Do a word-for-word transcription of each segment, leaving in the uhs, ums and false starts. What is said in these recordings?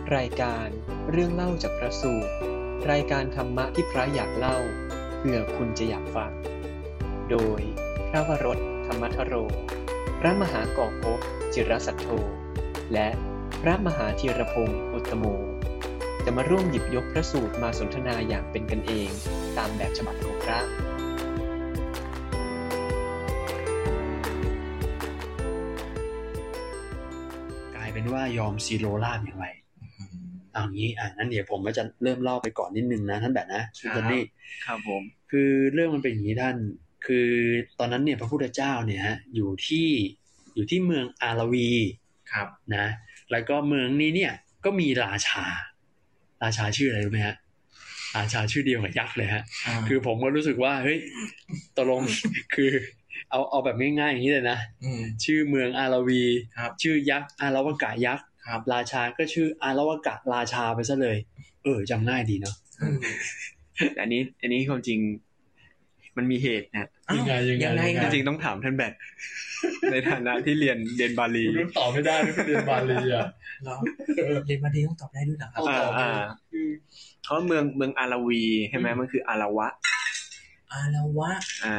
รายการเรื่องเล่าจากพระสูตรรายการธรรมะที่พระอยากเล่าเพื่อคุณจะอยากฟังโดยพระวรถธรรมทโรพระมหากอกภพจิรสัทโธและพระมหาธีรพงศ์อุตตโมจะมาร่วมหยิบยกพระสูตรมาสนทนาอย่างเป็นกันเองตามแบบฉบับของพระกลายเป็นว่ายอมซีโรราบอย่างไรเอางี้อ่ะงั้นเดี๋ยวผมก็จะเริ่มเล่าไปก่อนนิดนึงนะท่านแบบนะคุณจันนี่ครับผมคือเรื่องมันเป็นอย่างนี้ท่านคือตอนนั้นเนี่ยพระพุทธเจ้าเนี่ยฮะอยู่ที่อยู่ที่เมืองอารวีครับนะแล้วก็เมืองนี้เนี่ยก็มีราชาราชาชื่ออะไรรู้ไหมฮะราชาชื่อเดียวกับยักษ์เลยฮะคือผมก็รู้สึกว่าเฮ้ยตกลงคือเอาเอาแบบง่ายๆอย่างนี้เลยนะชื่อเมืองอารวีชื่อยักษ์อารวกะยักษ์ราชาก็ชื่ออารวกะราชาไปซะเลยเออจำง่ายดีเนาะอันนี้อันนี้ความจริงมันมีเหตุนะยังไงยังไงจริงๆต้องถามท่านแบทในฐานะที่เรียนเรียนบาลีคุณตอบไม่ได้ไม่เรียนบาลีอ่ะเราเรียนบาลีต้องตอบได้ด้วยเหรอครับอ่าเพราะเมืองเมืองอารวีใช่ไหมมันคืออารวะอารวะอ่า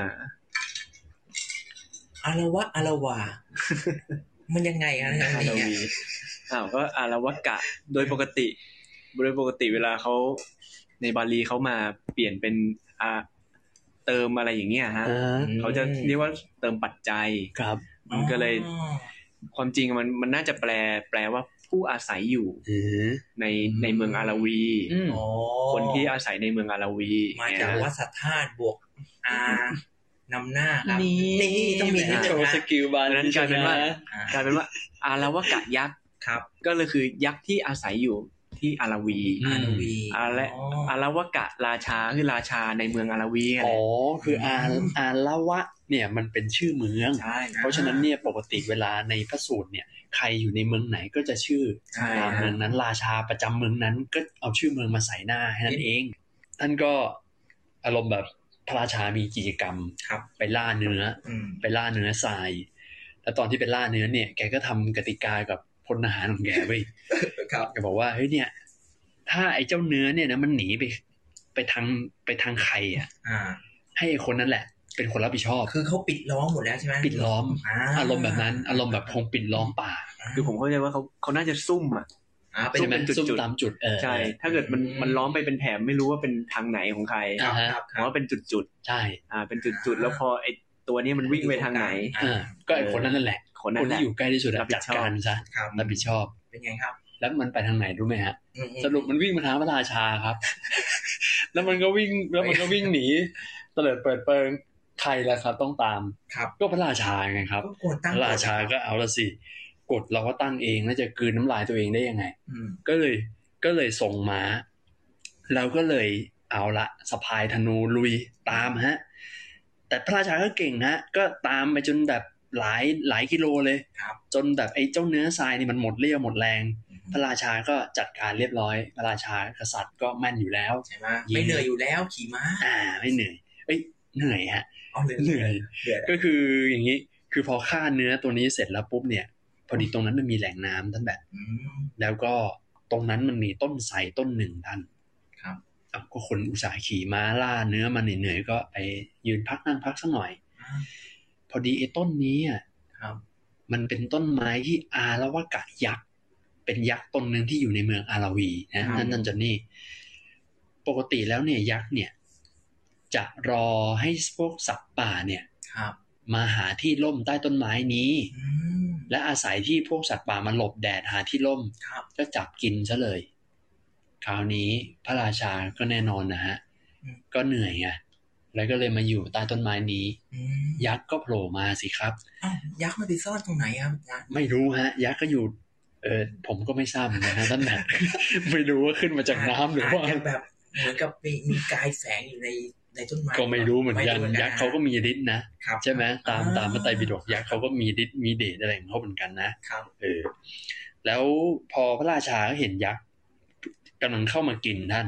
อารวะอารวามันยังไงกันเนี่ยอารวีอ้าวก็อารวกะโดยปกติโดยปกติเวลาเขาในบาลีเขามาเปลี่ยนเป็นอ่าเติมอะไรอย่างเงี้ยฮะเขาจะเรียกว่าเติมปัจจัยครับมันก็เลยความจริงมันมันน่าจะแปลแปลว่าผู้อาศัยอยู่ในในเมืองอารวีคนที่อาศัยในเมืองอารวีมาจากวัดสัทธาตุบวกอานำหน้าครับนี่ต้องมีโชว์สกิลบาลีนั้นกลายเป็นว่ากลายเป็นว่าอารวกะยักษ์ครับก็เลยคือยักษ์ที่อาศัยอยู่ที่อารวีอารวีและอารวกะราชาคือราชาในเมืองอารวีไงอ๋อคืออาอารวะเนี่ยมันเป็นชื่อเมืองเพราะฉะนั้นเนี่ยปกติเวลาในพระสูตรเนี่ยใครอยู่ในเมืองไหนก็จะชื่อเมืองนั้นราชาประจำเมืองนั้นก็เอาชื่อเมืองมาใส่หน้าให้นั่นเองท่านก็อารมณ์แบบพระราชามีกิจกรรมไปล่าเนื้อไปล่าเนื้อทรายแล้วตอนที่ไปล่าเนื้อเนี่ยแกก็ทำกติกากับพลทหารของแกไว้แกบอกว่าเฮ้ยเนี่ยถ้าไอ้เจ้าเนื้อเนี่ยนะมันหนีไปไปทางไปทางใครอ่ะให้คนนั้นแหละเป็นคนรับผิดชอบคือเขาปิดล้อมหมดแล้วใช่ไหมปิดล้อมอารมณ์แบบนั้นอารมณ์แบบคงปิดล้อมป่าคือผมเข้าใจว่าเขาเขาน่าจะซุ่มอ่ะซุ่มเป็นจุดตามจุดใช่ถ้าเกิดมันมันล้อมไปเป็นแถบไม่รู้ว่าเป็นทางไหนของใครเพราะว่าเป็นจุดๆใช่อ่าเป็นจุดๆแล้วพอไอ้ตัวนี้มันวิ่งไปทางไหนก็ไอ้คนนั้นนั่นแหละคนที่อยู่ใกล้ที่สุดจัดการซะรับผิดชอบเป็นไงครับแล้วมันไปทางไหนรู้ไหมฮะสรุปมันวิ่งมาทางพระราชาครับแล้วมันก็วิ่งแล้วมันก็วิ่งหนีเตลิดเปิดเปิงใครล่ะครับต้องตามก็พระราชาไงครับพระราชาก็เอาละสิกฎเราก็ตั้งเองแล้วจะกลืนน้ำลายตัวเองได้ยังไงก็เลยก็เลยส่งม้าเราก็เลยเอาละสะพายธนูลุยตามฮะแต่พระราชาก็เก่งฮะก็ตามไปจนแบบหลายหลายกิโลเลยจนแบบไอ้เจ้าเนื้อทรายนี่มันหมดเรี่ยวหมดแรงพระราชาก็จัดการเรียบร้อยพระราชากษัตริย์ก็แม่นอยู่แล้วใช่ไหมไม่เหนื่อยอยู่แล้วขี่ม้าอ่าไม่เหนื่อยเอ้ยเหนื่อยฮะเหนื่อยก็คืออย่างนี้คือพอฆ่าเนื้อตัวนี้เสร็จแล้วปุ๊บเนี่ยพอดีตรงนั้นมันมีแหล่งน้ำท่านแบบแล้วก็ตรงนั้นมันมีต้นไทรต้นหนึ่งท่านครับเอาก็คนอุตส่าห์ขี่ม้าล่าเนื้อมาเหนื่อยๆก็ไปยืนพักนั่งพักสักหน่อยพอดีไอ้ต้นนี้อ่ะมันเป็นต้นไม้ที่อารวกะยักษ์เป็นยักษ์ต้นหนึ่งที่อยู่ในเมืองอารวีนะนั่นนั่นจะนี่ปกติแล้วเนี่ยยักษ์เนี่ยจะรอให้พวกสัตว์ป่าเนี่ยมาหาที่ร่มใต้ต้นไม้นี้และอาศัยที่พวกสัตว์ป่ามาหลบแดดหาที่ร่มก็จับกินซะเลยคราวนี้พระราชาก็แน่นอนนะฮะก็เหนื่อยไงแล้วก็เลยมาอยู่ใต้ต้นไม้นี้ยักษ์ก็โผล่มาสิครับอ้าวยักษ์มันไปซ่อนตรงไหนครับไม่รู้ฮะยักษ์ก็อยู่เออผมก็ไม่ทราบเหมือนกันนะท่านแบบไม่รู้ว่าขึ้นมาจากน้ำหรือว่าแบบเหมือนกับมีมีกายแฝงอยู่ในในต้นไม้ก็ไม่รู้เหมือนกันยักษ์เขาก็มีฤทธิ์นะใช่ไหมตามตามพระไตรปิฎกยักษ์เขาก็มีฤทธิ์มีเดชอะไรของเขาเหมือนกันนะเออแล้วพอพระราชาเห็นยักษ์กำลังเข้ามากินท่าน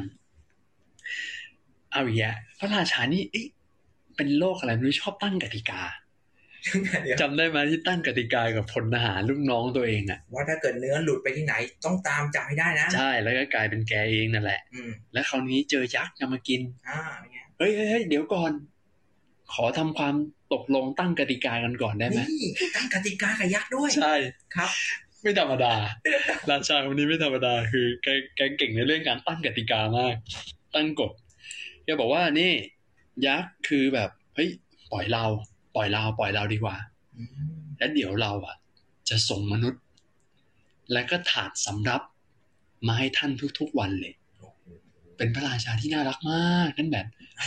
เอาอย่างพระราชานี่เป็นโรคอะไรไม่รู้ชอบตั้งกติกาจำได้ไหมที่ตั้งกติกากับพลทหารลูกน้องตัวเองอ่ะว่าถ้าเกิดเนื้อหลุดไปที่ไหนต้องตามจับให้ได้นะใช่แล้วก็กลายเป็นแกเองนั่นแหละแล้วคราวนี้เจอยักษ์จะมากินอ่าเฮ้ยเฮ้ยเดี๋ยวก่อนขอทำความตกลงตั้งกติกากันก่อนได้ไหมตั้งกติกากับยักษ์ด้วยใช่ครับไม่ธรรมดาราชาคนนี้ไม่ธรรมดาคือแกแกเก่งในเรื่องการตั้งกติกามากตั้งกฎแกบอกว่านี่ยักษ์คือแบบเฮ้ยปล่อยเราปล่อยเราปล่อยเราดีกว่าแล้วเดี๋ยวเราอ่ะจะส่งมนุษย์และก็ถาดสำรับมาให้ท่านทุกๆวันเลยเป็นพระราชาที่น่ารักมากนั่นแบบ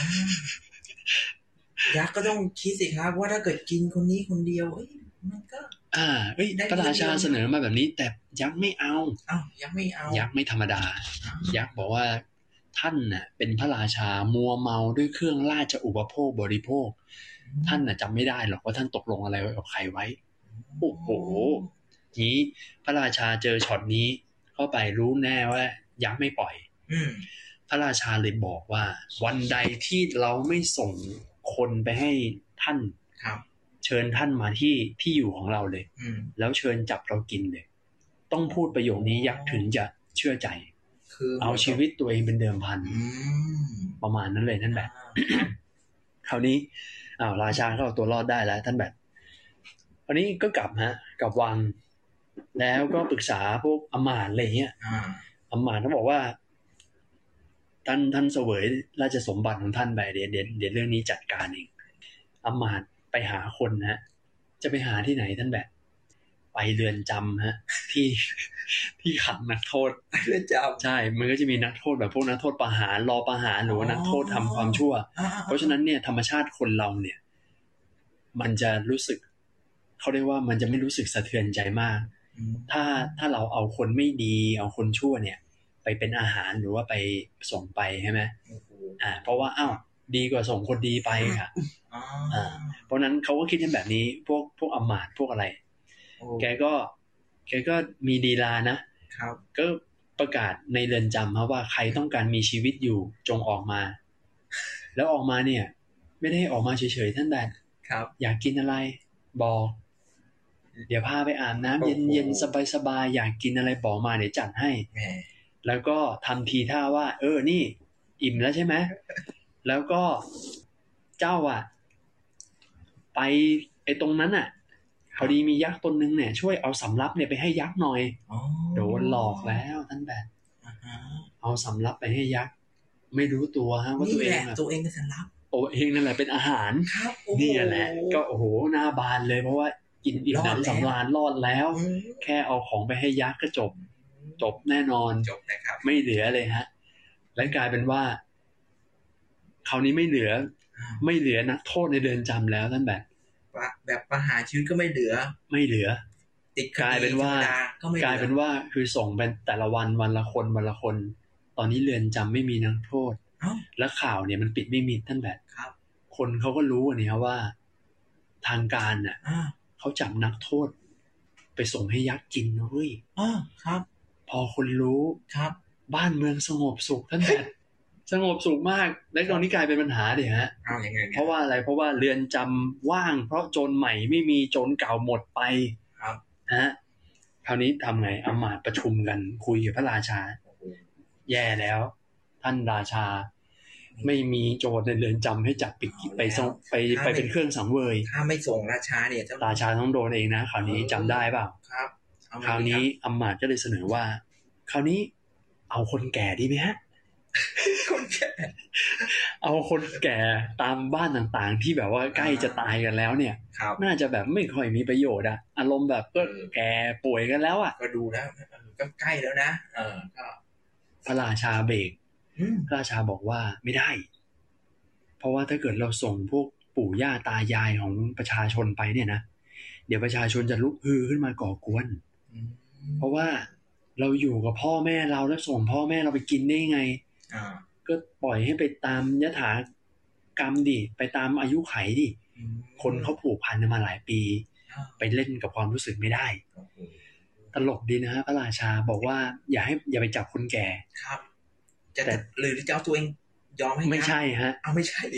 ยักษ์ก็ต้องคิดสิครับว่าถ้าเกิดกินคนนี้คนเดียวเอ้ยมันก็อ่าเอ้ยพระราชาเสนอมาแบบนี้แต่ยักษ์ไม่เอาอ้าวยักษ์ไม่เอายักษ์ไม่ธรรมดายักษ์บอกว่าท่านน่ะเป็นพระราชามัวเมาด้วยเครื่องราชอุปโภคบริโภคท่านน่ะจำไม่ได้หรอกว่าท่านตกลงอะไรกับใครไว้โอ้โหนี้พระราชาเจอช็อตนี้เข้าไปรู้แน่ว่ายักษ์ไม่ปล่อยพระราชาเลยบอกว่าวันใดที่เราไม่ส่งคนไปให้ท่านเชิญท่านมาที่ที่อยู่ของเราเลยแล้วเชิญจับเรากินเลยต้องพูดประโยคนี้ยักษ์ถึงจะเชื่อใจเอาชีวิตตัวเองเป็นเดิมพันประมาณนั้นเลยท่านแบบคราวนี้อ้าวราชาก็เอาตัวรอดได้แล้วท่านแบบคราวนี้ก็กลับฮะกลับวังแล้วก็ปรึกษาพวกอมาตย์อะไรเงี้ยอมาตย์เขาบอกว่าท่านท่านเสวยราชสมบัติของท่านไปเดี๋ยวเดี๋ยวเดี๋ยวเรื่องนี้จัดการเองอมาตย์ไปหาคนฮะจะไปหาที่ไหนท่านแบบไปเรือนจำฮะที่ที่ขังนักโทษเรือนจำใช่มันก็จะมีนักโทษแบบพวกนักโทษประหารรอประหารหรือว่านักโทษทำความชั่วเพราะฉะนั้นเนี่ยธรรมชาติคนเราเนี่ยมันจะรู้สึกเขาเรียกว่ามันจะไม่รู้สึกสะเทือนใจมากถ้าถ้าเราเอาคนไม่ดีเอาคนชั่วเนี่ยไปเป็นอาหารหรือว่าไปส่งไปใช่ไหมอ่าเพราะว่าอ้าวดีกว่าส่งคนดีไปค่ะอ่าเพราะนั้นเขาก็คิดกันแบบนี้พวกพวกอมาตย์พวกอะไรแกก็แกก็มีดีลานะครับก็ประกาศในเรือนจำครับว่าใครต้องการมีชีวิตอยู่จงออกมาแล้วออกมาเนี่ยไม่ได้ออกมาเฉยๆท่านแดดครับอยากกินอะไรบอกเดี๋ยวพาไปอาบน้ำเย็นๆสบายๆอยากกินอะไรบอกมาเดี๋ยวจัดให้แล้วก็ทำทีท่าว่าเออนี่อิ่มแล้วใช่ไหมแล้วก็เจ้าอ่ะไปไอ้ตรงนั้นอ่ะพอดีมียักษ์ตนนึงเนี่ยช่วยเอาสำรับเนี่ยไปให้ยักษ์หน่อยโดนหลอกแล้วท่านแบบเอาสำรับไปให้ยักษ์ไม่รู้ตัวฮะว่าตัวเองตัวเองเป็นสำรับโอ้เองนั่นแหละเป็นอาหารนี่แหละก็โอ้โหหน้าบานเลยเพราะว่ากินอิ่มหนำสำราญรอดแล้วแค่เอาของไปให้ยักษ์ก็จบจบแน่นอนจบนะครับไม่เหลือเลยฮะและกลายเป็นว่าคราวนี้ไม่เหลือไม่เหลือนักโทษในเรือนจำแล้วท่านแบบแบบประหารชีวิตก็ไม่เหลือไม่เหลือติดกลายเป็นว่ากลายเป็นว่าคือส่งเป็นแต่ละวันวันละคนวันละคนตอนนี้เรือนจำไม่มีนักโทษและข่าวเนี่ยมันปิดไม่มิดท่านแบบคนเขาก็รู้นี่ครับว่าทางการน่ะเขาจับนักโทษไปส่งให้ยักษ์กินนะเว้ยอ๋อครับพอคนรู้ครับบ้านเมืองสงบสุขท่านแบบสงบสุขมากและตอนนี้กลายเป็นปัญหาดิฮะอ้าวยังไงเพราะว่าอะไรเพราะว่าเรือนจำว่างเพราะโจรใหม่ไม่มีโจรเก่าหมดไปครับฮะคราวนี้ทำไงอำมาตย์ประชุมกันคุยกับพระราชาแย่แล้วท่านราชาไม่มีโจรในเรือนจำให้จับปิดไปส่งไปไปเป็นเครื่องสังเวยถ้าไม่ส่งราชาเนี่ยราชาต้องโดนเองนะคราวนี้จำได้เปล่าครับคราวนี้อำมาตย์ก็เลยเสนอว่าคราวนี้เอาคนแก่ดีไหมฮะคนแก่เอาคนแก่ตามบ้านต่างๆที่แบบว่าใกล้จะตายกันแล้วเนี่ยน่าจะแบบไม่ค่อยมีประโยชน์อะอารมณ์แบบก็แก่ป่วยกันแล้วอะก็ดูแล้วก็ใกล้แล้วนะเออก็พระราชาเบรกพระราชาบอกว่าไม่ได้เพราะว่าถ้าเกิดเราส่งพวกปู่ย่าตายายของประชาชนไปเนี่ยนะเดี๋ยวประชาชนจะลุกฮือขึ้นมาก่อกวนเพราะว่าเราอยู่กับพ่อแม่เราแล้วส่งพ่อแม่เราไปกินได้ไงก็ปล่อยให้ไปตามยถากรรมดิไปตามอายุไขดิคนเขาผูกพันมาหลายปีไปเล่นกับความรู้สึกไม่ได้ตลกดีนะฮะพระราชาบอกว่าอย่าให้อย่าไปจับคนแก่ครับแต่หรือจะเอาตัวเองยอมให้ไม่ใช่ฮะเอาไม่ใช่ดิอ่ะ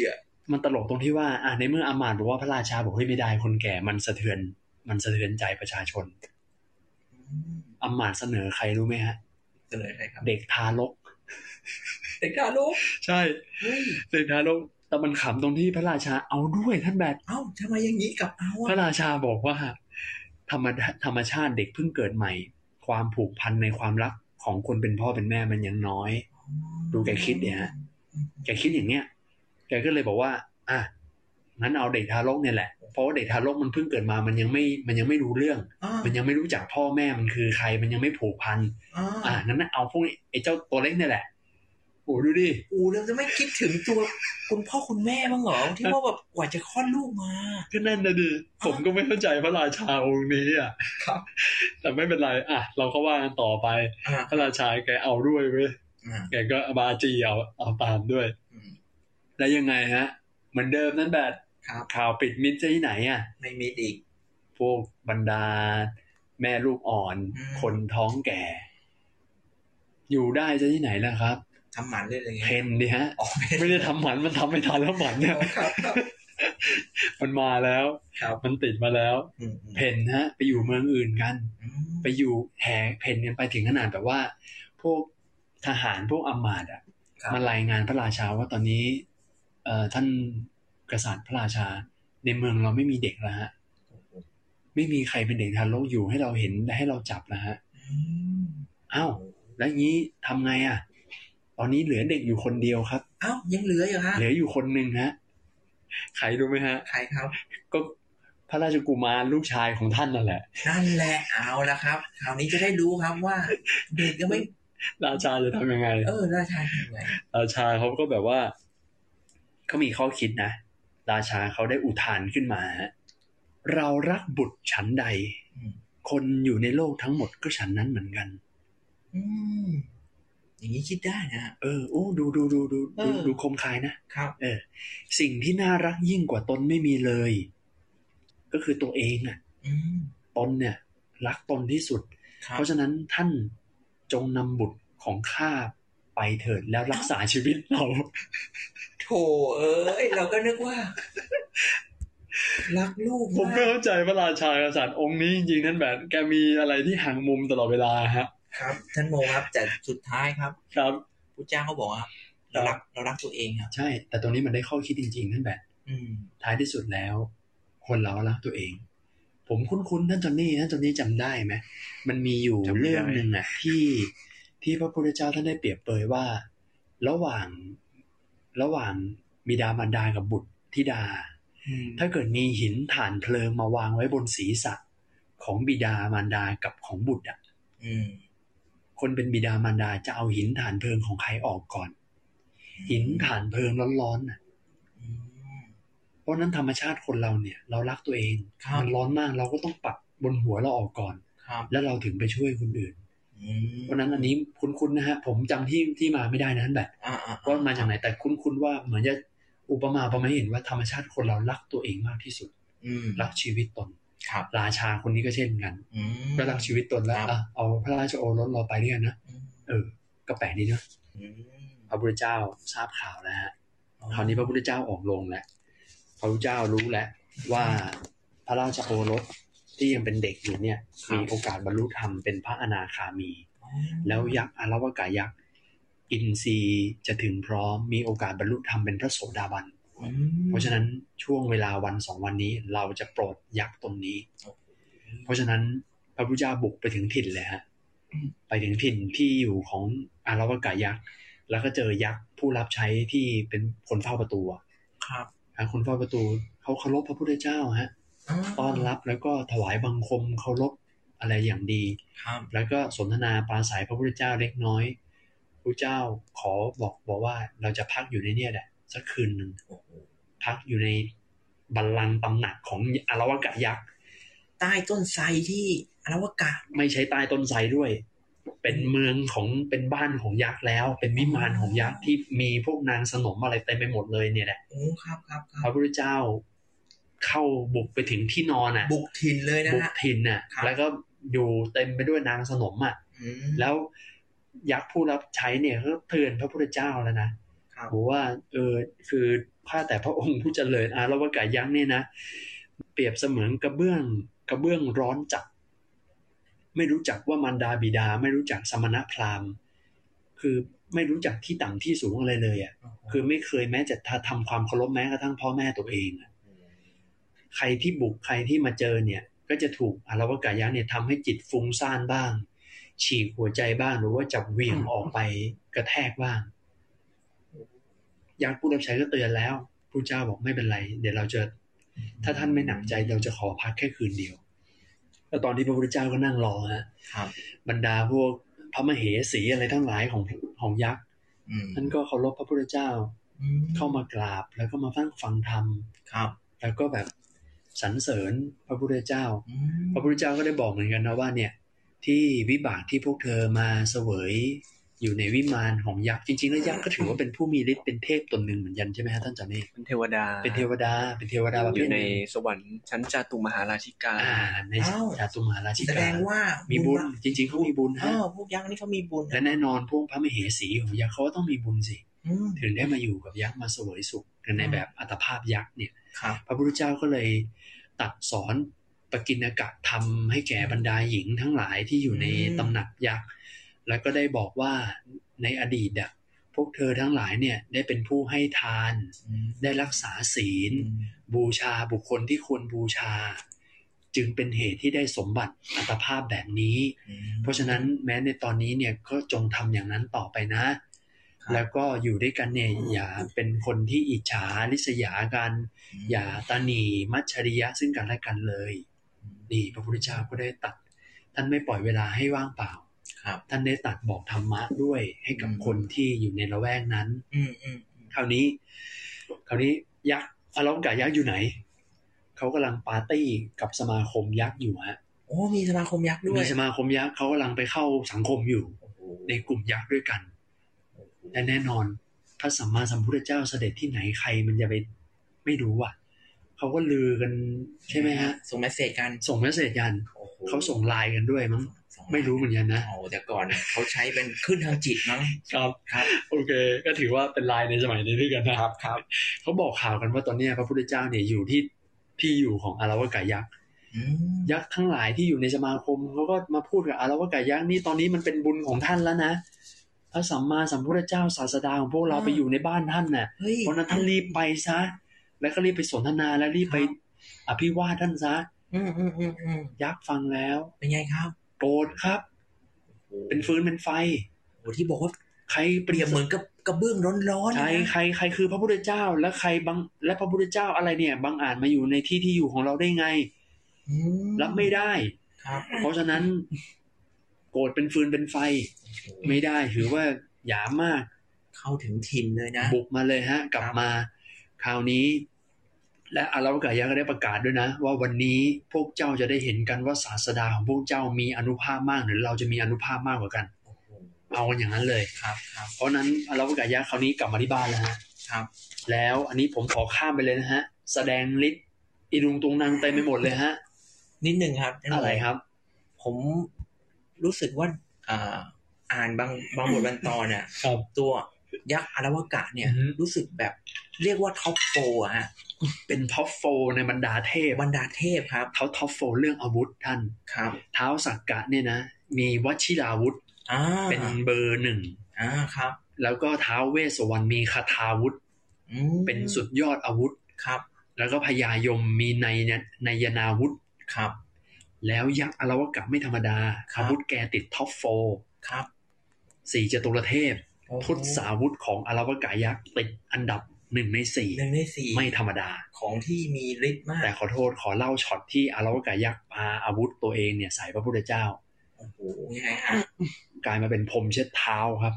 มันตลกตรงที่ว่าอ่ะในเมื่ออามาตย์บอกว่าพระราชาบอกเฮ้ยไม่ได้คนแก่มันสะเทือนมันสะเทือนใจประชาชนอามาตย์เสนอใครรู้ไหมฮะเสนอใครครับเด็กทารกเด็กทารกใช่เด็กทารกแต่มันขำตรงที่พระราชาเอาด้วยท่านแบบเอ้าทำไมอย่างนี้กับเอาพระราชาบอกว่าธรรมธรรมชาติเด็กเพิ่งเกิดใหม่ความผูกพันในความรักของคนเป็นพ่อเป็นแม่มันยังน้อยดูแกคิดเนี่ยฮะแกคิดอย่างเนี้ยแกก็เลยบอกว่าอ่ะงั้นเอาเด็กทารกเนี่ยแหละเพราะว่าเด็กทารกมันเพิ่งเกิดมามันยังไม่มันยังไม่รู้เรื่องมันยังไม่รู้จักพ่อแม่มันคือใครมันยังไม่ผูกพันอ่ะงั้นเอาพวกไอ้เจ้าตัวเล็กเนี่ยแหละโอ้ดูดิโอ้เราจะไม่คิดถึงตัวคุณพ่อคุณแม่บ้างเหรอที่ว่าแบบกว่าจะคลอดลูกมาก็นั่นนะดิผมก็ไม่เข้าใจพระราชาองค์นี้อ่ะครับแต่ไม่เป็นไรอ่ะเราก็ว่ากันต่อไปพระราชาแกเอาด้วยเว้ยแกก็บาจีเอาเอาตามด้วยแล้วยังไงฮะเหมือนเดิมนั่นแบบข่าวปิดมิดที่ไหนอ่ะไม่มิดอีกพวกบรรดาแม่ลูกอ่อนคนท้องแก่อยู่ได้จะที่ไหนล่ะครับทำหมันได้เลยเพนดิฮะไม่ได้ทำหมันมันทำไม่ทันแล้วหมันเนี่ยมันมาแล้วมันติดมาแล้วเพนฮะไปอยู่เมืองอื่นกันไปอยู่แห่เพนกันไปถึงขนาดแบบว่าพวกทหารพวกอำมาตย์อ่ะมารายงานพระราชาว่าตอนนี้เอ่อท่านกษัตริย์พระราชาในเมืองเราไม่มีเด็กแล้วฮะไม่มีใครเป็นเด็กทารกอยู่ให้เราเห็นให้เราจับนะฮะอ้าวแล้วงี้ทำไงอ่ะตอนนี้เหลือเด็กอยู่คนเดียวครับอ้าวยังเหลืออยู่ฮะเหลืออยู่คนนึงฮะใครรู้ไหมฮะใครครับก็พระราชกุมารลูกชายของท่านนั่นแหละนั่นแหละเอาละครับคราวนี้จะได้รู้ครับว่าเด็กก็ไม่ราชาจะทำยังไงเออราชาทำยังไงราชาเขาก็แบบว่าเขามีข้อคิดนะราชาเขาได้อุทานขึ้นมาเรารักบุตรฉันใดคนอยู่ในโลกทั้งหมดก็ฉันนั้นเหมือนกันอืมอย่างนี้คิดได้นะเออโอ้ดูดูดูดูดูดูคมคายนะครับเออสิ่งที่น่ารักยิ่งกว่าตนไม่มีเลยก็คือตัวเองอ่ะตนเนี่ยรักตนที่สุดเพราะฉะนั้นท่านจงนำบุตรของข้าไปเถิดแล้วรักษาชีวิตเราโธ่เอ้ยเราก็นึกว่ารักลูกผมไม่เข้าใจพระราชากษัตริย์องค์นี้จริงๆนั่นแบบแกมีอะไรที่ห่างมุมตลอดเวลาฮะครับท่านโมครับแต่สุดท้ายครับครับพระเจ้าเขาบอกว่าเรารักเรารักตัวเองครับใช่แต่ตรงนี้มันได้ข้อคิดจริงๆท่านแบบท้ายที่สุดแล้วคนเรารักตัวเองผมคุ้นๆท่านจอนนี่ท่านจอนนี่จำได้ไหมมันมีอยู่เรื่องนึงอ่ะที่ที่พระพุทธเจ้าท่านได้เปรียบเปรยว่าระหว่างระหว่างบิดามารดากับบุตรธิดาถ้าเกิดมีหินถ่านเพลิงมาวางไว้บนศีรษะของบิดามารดากับของบุตรอ่ะคนเป็นบิดามารดาจะเอาหินถ่านเพลิงของใครออกก่อนหินถ่านเพลิงร้อนๆน่ะเพราะนั้นธรรมชาติคนเราเนี่ยเรารักตัวเองมันร้อนมากเราก็ต้องปัดบนหัวเราออกก่อนแล้วเราถึงไปช่วยคนอื่นเพราะนั้นอันนี้คุ้นๆนะฮะผมจำที่ที่มาไม่ได้นะแบบว่ามาจากไหนแต่คุ้นๆว่าเหมือนจะอุปมาประมาณเห็นว่าธรรมชาติคนเรารักตัวเองมากที่สุดรักชีวิตตนราชาคนนี้ก็เช่นกันก็รักชีวิตตนแล้วเอาพระราชโอรสเราไปด้วยกันนะเออก็แปลกดีเนาะพระพุทธเจ้าทราบข่าวแล้วฮะคราวนี้พระพุทธเจ้าออกลงแล้วพระพุทธเจ้ารู้แล้วว่าพระราชโอรสที่ยังเป็นเด็กอยู่เนี่ยมีโอกาสบรรลุธรรมเป็นพระอนาคามีแล้วยักษ์อารวากายักษ์อินทรีย์จะถึงพร้อมมีโอกาสบรรลุธรรมเป็นพระโสดาบันเพราะฉะนั้นช่วงเวลาวันสองวันนี้เราจะโปรดยักษ์ตนนี้เพราะฉะนั้นพระพุทธเจ้าบุกไปถึงถิ่นเลยฮะไปถึงถิ่นที่อยู่ของอารวากายักษ์แล้วก็เจอยักษ์ผู้รับใช้ที่เป็นคนเฝ้าประตูครับคนเฝ้าประตูเขาเคารพพระพุทธเจ้าฮะต้อนรับแล้วก็ถวายบังคมเคารพอะไรอย่างดีแล้วก็สนทนาปราศัยพระพุทธเจ้าเล็กน้อยพระเจ้าขอบอกบอกว่าเราจะพักอยู่ในเนี่ยแหละสักคืนนึงพักอยู่ในบัลลังก์ตำหนักของอารวากายักษ์ใต้ต้นไทรที่อารวากาไม่ใช่ใต้ต้นไทรด้วยเป็นเมืองของเป็นบ้านของยักษ์แล้วเป็นวิมานของยักษ์ที่มีพวกนางสนมอะไรเต็มไปหมดเลยเนี่ยแหละโอ้ครับครับพระพุทธเจ้าเข้าบุกไปถึงที่นอนอ่ะบุกถิ่นเลยนะบุกถิ่นน่ะแล้วก็อยู่เต็มไปด้วยนางสนมอ่ะแล้วยักษ์ผู้รับใช้เนี่ยก็เตือนพระพุทธเจ้าแล้วนะบอกว่าเออคือข้าแต่พระองค์ผู้เจริญอาละวกะยักษ์เนี่ยนะเปรียบเสมือนกระเบื้องกระเบื้องร้อนจัดไม่รู้จักว่ามารดาบิดาไม่รู้จักสมณพราหมณ์คือไม่รู้จักที่ต่ำที่สูงอะไรเลยอ่ะคือไม่เคยแม้จะทำความเคารพแม้กระทั่งพ่อแม่ตัวเองใครที่บุกใครที่มาเจอเนี่ยก็จะถูกอาละวกะยักษ์เนี่ยทำให้จิตฟุ้งซ่านบ้างฉีกหัวใจบ้างหรือว่าจับเหวี่ยงออกไปกระแทกบ้างยักษ์ผู้รับใช้ก็เตือนแล้วพระเจ้าบอกไม่เป็นไรเดี๋ยวเราจะถ้าท่านไม่หนักใจเราจะขอพักแค่คืนเดียวแล้วตอนที่พระพุทธเจ้าก็นั่งรอฮะบรรดาพวกพระมเหสีอะไรทั้งหลายของของยักษ์ท่านก็เคารพพระพุทธเจ้าเข้ามากราบแล้วก็มาฟังฟังธรรมแล้วก็แบบสรรเสริญพระพุทธเจ้าพระพุทธเจ้าก็ได้บอกเหมือนกันนะว่าเนี่ยที่วิบากที่พวกเธอมาเสวยอยู่ในวิมานของยักษ์จริงๆแล้วยักษ์ก็ถือว่าเป็นผู้มีฤทธิ์เป็นเทพตนหนึ่งเหมือนกันใช่ไหมฮะท่านจำเนกเป็นเทวดาเป็นเทวดาเป็นเทวดาอยู่ในสวรรค์ชั้นจาตุมหาราชิกาอ่าในจาตุมหาราชิกาแสดงว่ามีบุญจริงๆเขามีบุญฮะพวกยักษ์นี่เขามีบุญและแน่นอนพวกพระมเหสีของยักษ์เขาต้องมีบุญสิถึงได้มาอยู่กับยักษ์มาเสวยสุขในแบบอัตภาพยักษ์เนี่ยพระพุทธเจ้าก็เลยตัดสอนปกิณกะธรรมให้แก่บรรดาหญิงทั้งหลายที่อยู่ในตำหนักยักษ์แล้วก็ได้บอกว่าในอดีตอ่ะพวกเธอทั้งหลายเนี่ยได้เป็นผู้ให้ทานได้รักษาศีลบูชาบุคคลที่ควรบูชาจึงเป็นเหตุที่ได้สมบัติอัตภาพแบบนี้เพราะฉะนั้นแม้ในตอนนี้เนี่ยก็จงทำอย่างนั้นต่อไปนะแล้วก็อยู่ด้วยกันเนี่ยอย่าเป็นคนที่อิจฉาริษยากันอย่าตนีมัจฉริยะซึ่งกันและกันเลยนี่พระพุทธเจ้าก็ได้ตัดท่านไม่ปล่อยเวลาให้ว่างเปล่าท่านได้ตัดบอกธรรมะด้วยให้กับคนที่อยู่ในละแวกนั้นคราวนี้คราวนี้ยักษ์อาละวกะยักษ์อยู่ไหนเขากำลังปาร์ตี้กับสมาคมยักษ์อยู่ฮะโอ้มีสมาคมยักษ์ด้วยมีสมาคมยักษ์เขากำลังไปเข้าสังคมอยู่ในกลุ่มยักษ์ด้วยกันและแน่นอนพระสัมมาสัมพุทธเจ้าเสด็จที่ไหนใครมันจะไปไม่รู้อ่ะเขาก็ลือกันใช่ไหมฮะส่งเมสเสจกันส่งเมสเสจกันเขาส่งไลน์กันด้วยมั้งไม่รู้เหมือนกันนะโอ้แต่ก่อนเขาใช้เป็นขึ้นทางจิตมั้งครับครับโอเคก็ถือว่าเป็นไลน์ในสมัยนี้ด้วยกันนะครับครับเขาบอกข่าวกันว่าตอนนี้พระพุทธเจ้าเนี่ยอยู่ที่ที่อยู่ของอาละวกะยักษ์ยักษ์ทั้งหลายที่อยู่ในสมาคมเขาก็มาพูดกับอาละวกะยักษ์นี่ตอนนี้มันเป็นบุญของท่านแล้วนะพระสัมมาสัมพุทธเจ้าศาสดาของพวกเราไปอยู่ในบ้านท่านน่ะเพราะนั้นท่านรีบไปซะแล้วก็รีบไปสนทนาและรีบไปอภิวาทท่านซะยักษ์ฟังแล้วเป็นไงครับโกรธครับเป็นฟืนเป็นไฟโอ้ที่บอกว่าใครเปรียบเหมือนกับกระเบื้องร้อนๆใครใครใครคือพระพุทธเจ้าและใครบังและพระพุทธเจ้าอะไรเนี่ยบังอาจมาอยู่ในที่ที่อยู่ของเราได้ไงรับไม่ได้เพราะฉะนั้นโกรธเป็นฟืนเป็นไฟไม่ได้ถือว่าหยามมากเข้าถึงถิ่นเลยนะบุกมาเลยฮะกลับมาคราวนี้และอาละวกะยักษ์ก็ได้ประกาศด้วยนะว่าวันนี้พวกเจ้าจะได้เห็นกันว่าศาสดาของพวกเจ้ามีอานุภาพมากหรือเราจะมีอานุภาพมากกว่ากันเอากันอย่างนั้นเลยครับครับเพราะนั้นอาละวกะยักษ์คราวนี้กลับมาที่บ้านแล้วฮะครับแล้วอันนี้ผมขอข้ามไปเลยนะฮะแสดงฤทธิ์อีรุงตุงนางเต็มไปหมดเลยฮะนิดนึงครับอะไรครับผมรู้สึกว่าอ่าอ่านบางบางบทบรรตอนเนี่ยตัวยักษ์อาละวกะเนี่ยรู้สึกแบบเรียกว่าท็อปโฟร์อะฮะเป็นท็อปโฟร์ในบรรดาเทพบรรดาเทพครับเขาท็อปโฟร์เรื่องอาวุธท่านครับท้าวสักกะเนี่ยนะมีวชิราวุธเป็นเบอร์หนึ่งอ่าครับแล้วก็ท้าวเวสสวรรณมีคาถาวุธเป็นสุดยอดอาวุธครับแล้วก็พญายมมีในในยนาวุธครับแล้วยักษ์อาละวกะไม่ธรรมดาอาวุธแกติดท็อปโฟร์ครับสี่จตุรเทพทุตสาวุธของอาละวกะยักษ์ติดอันดับหนึ่งในสี่หนึ่งในสี่ไม่ธรรมดาของที่มีฤทธิ์มากแต่ขอโทษขอเล่าช็อตที่อาละวกะยักษ์ปาอาวุธตัวเองเนี่ยใส่พระพุทธเจ้าโอ้โหยังไงฮะกลายมาเป็นพรมเช็ดเท้าครับ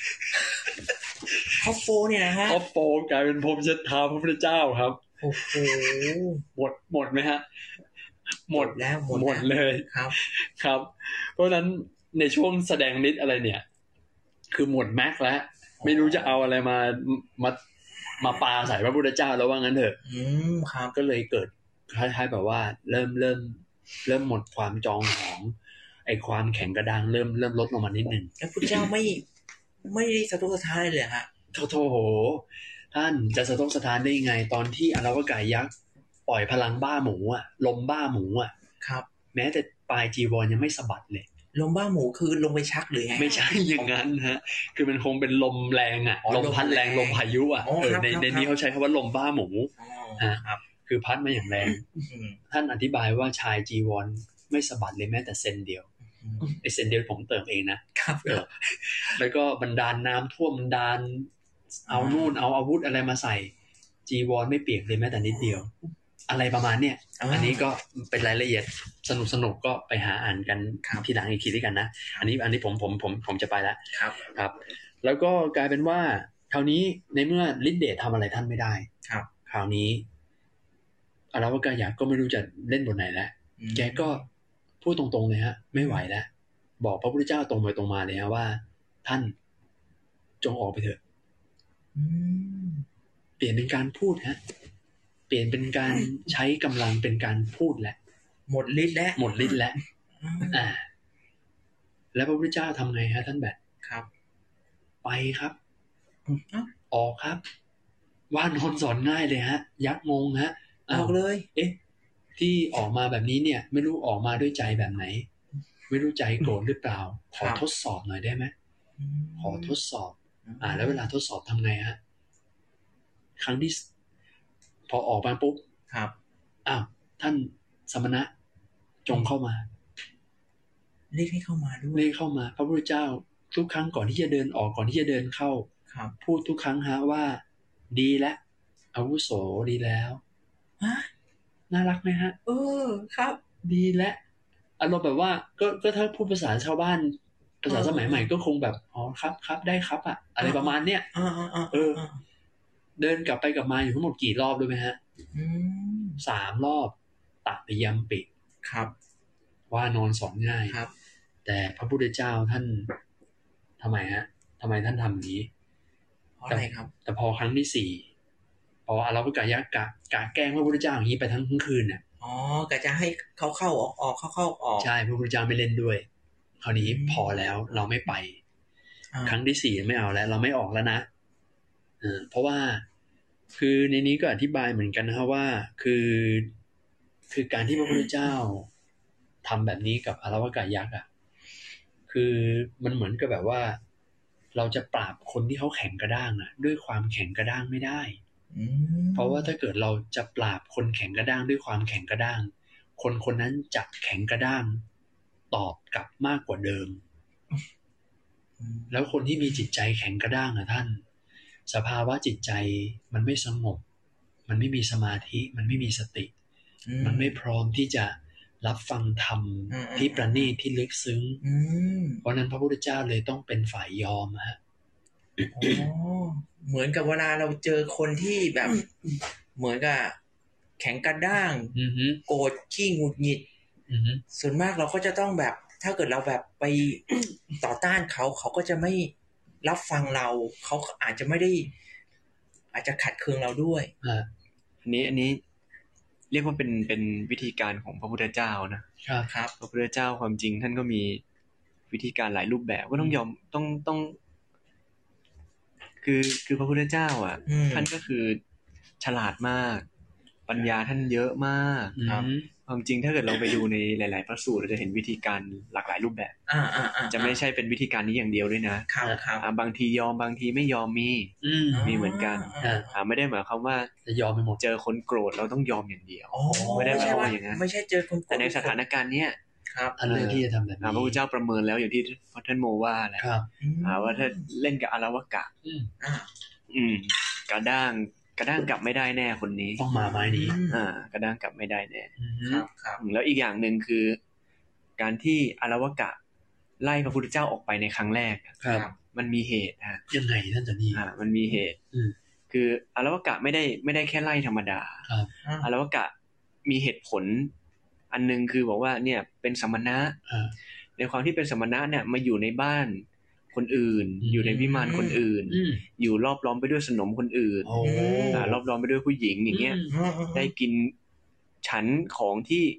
ท็อปโฟเนี่ยนะฮะท็อปโฟกลายเป็นพรมเช็ดเท้าพระพุทธเจ้าครับโอ้โหหมดหมดไหมฮะหมดแล้วหมดหมดเลยครับครับเพราะฉะนั้นในช่วงแสดงฤทธิ์อะไรเนี่ยคือหมดแม็กแล้วไม่รู้จะเอาอะไรมามามาปาใส่พระพุทธเจ้าแล้วว่างั้นเถอะอืมครับก็เลยเกิดคล้ายๆแบบว่าเริ่มเริ่มเริ่มหมดความจองของไอ้ความแข็งกระด้างเริ่มเริ่มลดลงมานิดนึงแล้วพุทธเจ้าไม่ไม่ได้สะทกสะท้านเลยฮะโธ่โหท่านจะสะทกสะท้านได้ยังไงตอนที่อารวากายักษ์ปล่อยพลังบ้าหมูอ่ะลมบ้าหมูอ่ะครับแม้แต่ปลายจีวรยังไม่สะบัดเลยลมบ้าหมูคือลงไปชักหรือไงไม่ใช่อย่างนั้นฮะคือมันคงเป็นลมแรงอ่ะลมพัดแรงลมพายุอ่ะเออในในนี้เขาใช้คำว่าลมบ้าหมูฮะคือพัดมาอย่างแรงท่านอธิบายว่าชายจีวรไม่สะบัดเลยแม้แต่เซนเดียวไอเซนเดียวผมเติมเองนะครับเออแล้วก็บันดาลน้ำท่วมบันดาลเอานู่นเอาอาวุธอะไรมาใส่จีวรไม่เปียกเลยแม้แต่นิดเดียวอะไรประมาณเนี้ยอันนี้ก็เป็นรายละเอียดสนุกสนุกก็ไปหาอ่านกันทีหลังอีกทีด้วยกันนะอันนี้อันนี้ผมผมผมผมจะไปแล้วครับครับแล้วก็กลายเป็นว่าคราวนี้ในเมื่อฤทธิเดชทำอะไรท่านไม่ได้ครับคราวนี้อารวากายักษ์ก็ไม่รู้จะเล่นบทไหนแล้วแกก็พูดตรงๆเลยฮะไม่ไหวแล้วบอกพระพุทธเจ้าตรงไปตรงมาเลยฮะว่าท่านจงออกไปเถอะเปลี่ยนเป็นการพูดฮะเปลี่ยนเป็นการใช้กำลังเป็นการพูดแล้วหมดฤทธิ์แล้วหมดฤทธิ์แล้วอ่าแล้วพระพุทธเจ้าทำไงฮะท่านแบบครับไปครับออกครับว่านอนสอนง่ายเลยฮะยักษ์งงฮะออกเลยเอ๊ะที่ออกมาแบบนี้เนี่ยไม่รู้ออกมาด้วยใจแบบไหนไม่รู้ใจโกรธหรือเปล่าขอทดสอบหน่อยได้ไหมขอทดสอบอ่าแล้วเวลาทดสอบทำไงฮะครั้งที่พอออกมาปุ๊บครับอ้าวท่านสมณะจงเข้ามาเรียกให้เข้ามาด้วยเรียกเข้ามาพระพุทธเจ้าทุกครั้งก่อนที่จะเดินออกก่อนที่จะเดินเข้าครับพูดทุกครั้งฮะว่าดีแล้วอาวุโสดีแล้วฮะน่ารักไหมฮะเออครับดีแล้วอารมณ์แบบว่าก็ก็ถ้าพูดภาษาชาวบ้านภาษาสมัยใหม่ก็คงแบบอ๋อครับครับได้ครับอะอะไรประมาณเนี้ยเออเดินกลับไปกลับมาอยู่ทั้งหมดกี่รอบรู้ไหมฮะสามรอบตัดไปยำปิดครับว่านอนสอนง่ายครับแต่พระพุทธเจ้าท่านทำไมฮะทำไมท่านทำนี้เพราะอะไรครับแต่พอครั้งที่สี่พออารวากายักษ์กะกะแกล้งพระพุทธเจ้าอย่างนี้ไปทั้งทั้งคืนเนี่ยอ๋อกะจะให้เขาเข้าออกออกเข้าเข้าออกใช่พระพุทธเจ้าไม่เล่นด้วยคราวนี้พอแล้วเราไม่ไปครั้งที่สี่ไม่เอาแล้วเราไม่ออกแล้วนะเออเพราะว่าคือในนี้ก็อธิบายเหมือนกันนะครับว่าคือคือการที่พระพุทธเจ้าทำแบบนี้กับอารวากายักษ์อ่ะคือมันเหมือนกับแบบว่าเราจะปราบคนที่เขาแข็งกระด้างอ่ะด้วยความแข็งกระด้างไม่ได้เพราะว่าถ้าเกิดเราจะปราบคนแข็งกระด้างด้วยความแข็งกระด้างคนคนนั้นจะแข็งกระด้างตอบกลับมากกว่าเดิมแล้วคนที่มีจิตใจแข็งกระด้างอ่ะท่านสภาวะจิตใจมันไม่สงบมันไม่มีสมาธิมันไม่มีสติมันไม่พร้อมที่จะรับฟังธรรมที่ประณีตที่ลึกซึ้งเพราะนั้นพระพุทธเจ้าเลยต้องเป็นฝ่ายยอมฮะอ๋อเหมือนกับเวลาเราเจอคนที่แบบเหมือนกับแข็งกระด้างโกรธขี้หงุดหงิดส่วนมากเราก็จะต้องแบบถ้าเกิดเราแบบไปต่อต้านเขาเขาก็จะไม่รับฟังเราเขาอาจจะไม่ได้อาจจะขัดเคืองเราด้วยอันนี้อันนี้เรียกว่าเป็นเป็นวิธีการของพระพุทธเจ้านะครับครับพระพุทธเจ้าความจริงท่านก็มีวิธีการหลายรูปแบบก็ต้องยอมต้องต้องคือคือพระพุทธเจ้าอ่ะท่านก็คือฉลาดมากปัญญาท่านเยอะมากครับความจริงถ้าเกิดเราไปดูในหลายๆพระสูตรเราจะเห็นวิธีการหลากหลายรูปแบบจะไม่ใช่เป็นวิธีการนี้อย่างเดียวด้วยนะครับบางทียอมบางทีไม่ยอมมีมีเหมือนกันไม่ได้หมายความว่าจะยอมไปหมดเจอคนโกรธเราต้องยอมอย่างเดียวไม่ได้หมายความว่าอย่างนั้นไม่ใช่เจอคนโกรธแต่ในสถานการณ์เนี้ยท่านเลือกที่จะทำแบบนี้พระพุทธเจ้าประเมินแล้วอย่างที่ท่านโมว่าแหละว่าถ้าเล่นกับอารวากะอืมกระด้างกระด้างกลับไม่ได้แน่คนนี้ต้องมาไม้นี้อ่ากระด้างกลับไม่ได้แน่ครับครับแล้วอีกอย่างหนึ่งคือการที่อารวากะไล่พระพุทธเจ้าออกไปในครั้งแรกครับมันมีเหตุฮะยังไงท่านจะนี่อ่ามันมีเหตุคืออารวากะไม่ได้ไม่ได้แค่ไล่ธรรมดาครับอารวากะมีเหตุผลอันนึงคือบอกว่าเนี่ยเป็นสมณะในความที่เป็นสมณะเนี่ยมาอยู่ในบ้านคนอื่นอยู่ในวิมานคนอื่นอยู่รอบล้อมไปด้วยสนมคนอื่นรอบล้อมไปด้วยผู้หญิงอย่างเงี้ยได้กินฉันของที่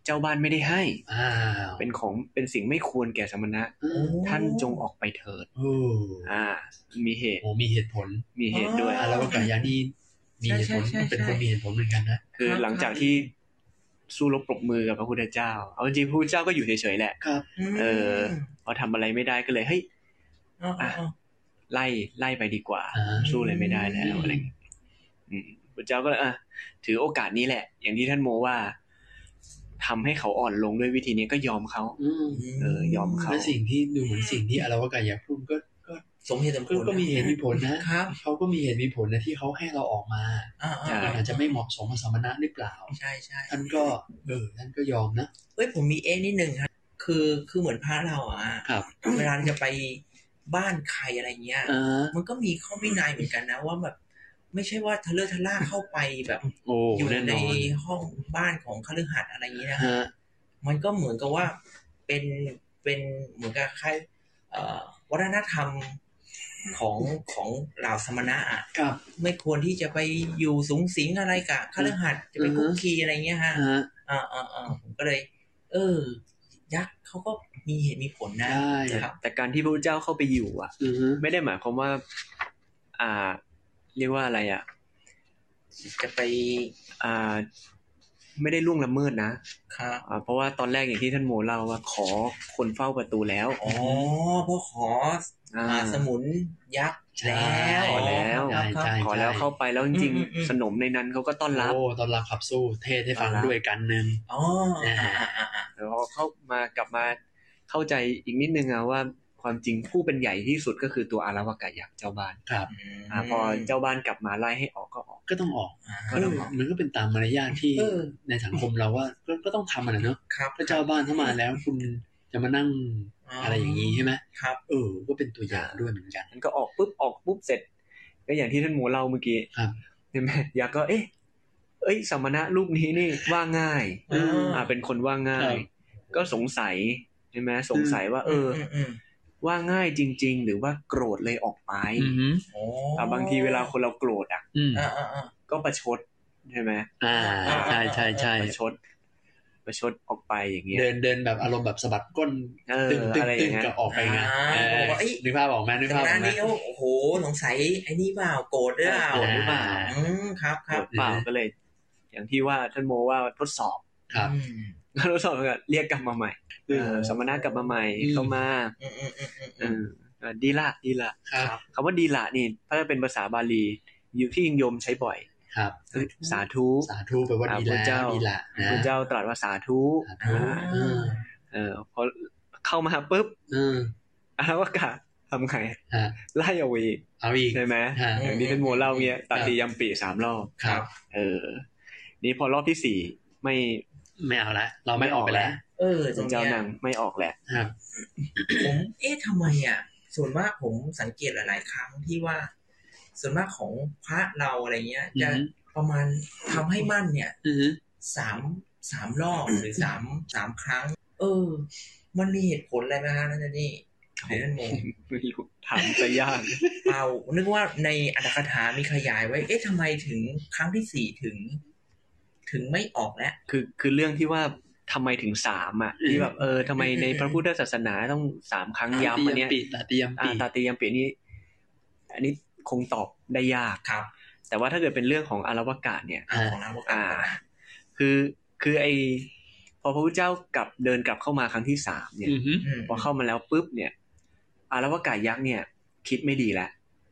เจ้าบ้านไม่ได้ให้อ้าวเป็นของเป็นสิ่งไม่ควรแก่สมณะท่านจงออกไปเถิดโอ้อ่ามีเหตุโอ้มีเหตุผลมีเหตุด้วยอ่าแล้วก็กายานี่มีเหตุผลเป็นคนมีเหตุผลเหมือนกันนะคือหลังจากที่สู้รบปรบมือกับพระพุทธเจ้าเอาจริงๆพระพุทธเจ้าก็อยู่เฉยๆแหละครับเออพอทำอะไรไม่ได้ก็เลยเฮ้ยอ่ะไล่ไล่ไปดีกว่าสู้อะไรไม่ได้แล้วอะไรอย่างเงี้ยอืมพระเจ้าก็เลยอ่ะถือโอกาสนี้แหละอย่างที่ท่านโมว่าทำให้เขาอ่อนลงด้วยวิธีนี้ก็ยอมเขาเออยอมเขาและสิ่งที่ดูเหมือนสิ่งที่อารวากายะพูดก็ก็สมเหตุสมผลก็มีเหตุมีผลนะครับเขาก็มีเหตุมีผลนะที่เขาให้เราออกมาอาจจะไม่เหมาะสมกับสมณะหรือเปล่าใช่ใช่ท่านก็เออท่านก็ยอมนะเอ้ยผมมีเอนิดนึงครับคือคือเหมือนพระเราอ่ะเวลาจะไปบ้านใครอะไรเงี้ยมันก็มีข้อวินัยเหมือนกันนะว่าแบบไม่ใช่ว่าทะเลาะทะล่าเข้าไปแบบอยู่ในห้องบ้านของคฤหัสถ์อะไรอย่างนี้นะฮะมันก็เหมือนกับว่าเป็นเป็นเหมือนกับคล้ายวัฒนธรรมของของเหล่าสมณะอ่ะไม่ควรที่จะไปอยู่สูงสิงอะไรกับคฤหัสถ์จะไปคุกคีอะไรเงี้ยฮะอ่าอ่าอ่าผมก็เลยเออยักษ์เขาก็มีเหตุมีผลนะนะครับแต่การที่พระพุทธเจ้าเข้าไปอยู่อ่ะไม่ได้หมายความว่าอ่าเรียกว่าอะไรอ่ะจะไปอ่าไม่ได้ล่วงละเมิดนะครับอ่าเพราะว่าตอนแรกอย่างที่ท่านโมเล่าว่าขอคนเฝ้าประตูแล้วอ๋อเพราะขออ่าสมุนยักษ์แล้วขอแล้วขอแล้วเข้าไปแล้วจริงๆสนมในนั้นเขาก็ต้อนรับโอ้ต้อนรับขับสู้เทศให้ฟังด้วยกันนึงอ๋อแล้วเข้ามากลับมาเข้าใจอีกนิดนึงอ่ะว่าความจริงผู้เป็นใหญ่ที่สุดก็คือตัวอารวากายะเจ้าบ้านครับอ่าพอเจ้าบ้านกลับมาไล่ให้ออกก็ออกก็ต้องออกก็ต้องออกมันก็เป็นตามมารยาทที่ในสังคมเราว่าก็ต้องทำมันเนอะถ้าเจ้าบ้านเข้ามาแล้วคุณจะมานั่งอะไรอย่างนี้ใช่ไหมครับเออก็เป็นตัวอย่างด้วยเหมือนกันมันก็ออกปุ๊บออกปุ๊บเสร็จก็อย่างที่ท่านหมูเล่าเมื่อกี้ครับใช่ไหมอยากก็เอ๊ะเอ้ยสมณะรูปนี้นี่ว่าง่ายอ่าเป็นคนว่าง่ายก็สงสัยใช่ไหมสงสัยว่าเออว่าง่ายจริงๆหรือว่าโกรธเลยออกไปอ่าบางทีเวลาคนเราโกรธอ่ะก็ประชดใช่ไหมอ่าใช่ใช่ใช่ประชดประชดออกไปอย่างเงี้ยเดินเดินแบบอารมณ์แบบสะบัดก้นตึงตึงตึงกับออกไปไงนึกภาพออกไหมนึกภาพออกไหมโอ้โหสงสัยไอ้นี่เปล่าโกรธหรือเปล่าโกรธหรือเปล่าครับครับเปล่าก็เลยอย่างที่ว่าท่านโมว่าทดสอบครับทดสอบก็เรียกกลับมาใหม่สมณะกลับมาใหม่เข้ามาดีละดีละคำว่าดีละนี่ถ้าเป็นภาษาบาลีอยู่ที่โยมใช้บ่อยครับสาธุสาธุแปลว่าดีละดีละพระเจ้าตรัสว่าสาธุเออพอเข้ามาปุ๊บอารวากะทำไงไล่เอาอีกเอาอีกใช่ไหมอย่างที่ท่านโมเล่าเงี้ยตัดตียำปีสามรอบครับเออนี่พอรอบที่สี่ไม่ไม่เอาละเราไม่ออกแล้วเออเจ้านางไม่ออกแหละผมเอ๊ะทำไมอ่ะส่วนมากผมสังเกตหลายๆครั้งที่ว่าส่วนมากของพระเราอะไรเงี้ยจะประมาณทำให้มั่นเนี่ยสามสามรอบหรือสามสามครั้งเออมันมีเหตุผลอะไรไหมฮะนั่นนี่เดี๋ยวนั่นโมไม่รู้ถามจะยากเอานึกว่าในอัตถกถามีขยายไว้เอ๊ะทำไมถึงครั้งที่สี่ถึงถึงไม่ออกแล้วคือคือเรื่องที่ว่าทำไมถึงสามอ่ะที่แบบเออทำไมในพระพุทธศาสนาต้องสามครั้งย้ำอันเนี้ยตาเตียมปีตาเตียมปีนี้อันนี้คงตอบได้ยากครับแต่ว่าถ้าเกิดเป็นเรื่องของอารวากะเนี่ยของอารวากะคือคือไอพอพระพุทธเจ้ากลับเดินกลับเข้ามาครั้งที่สามเนี่ยพอเข้ามาแล้วปุ๊บเนี่ยอารวากะยักษ์เนี่ยคิดไม่ดีแล้ว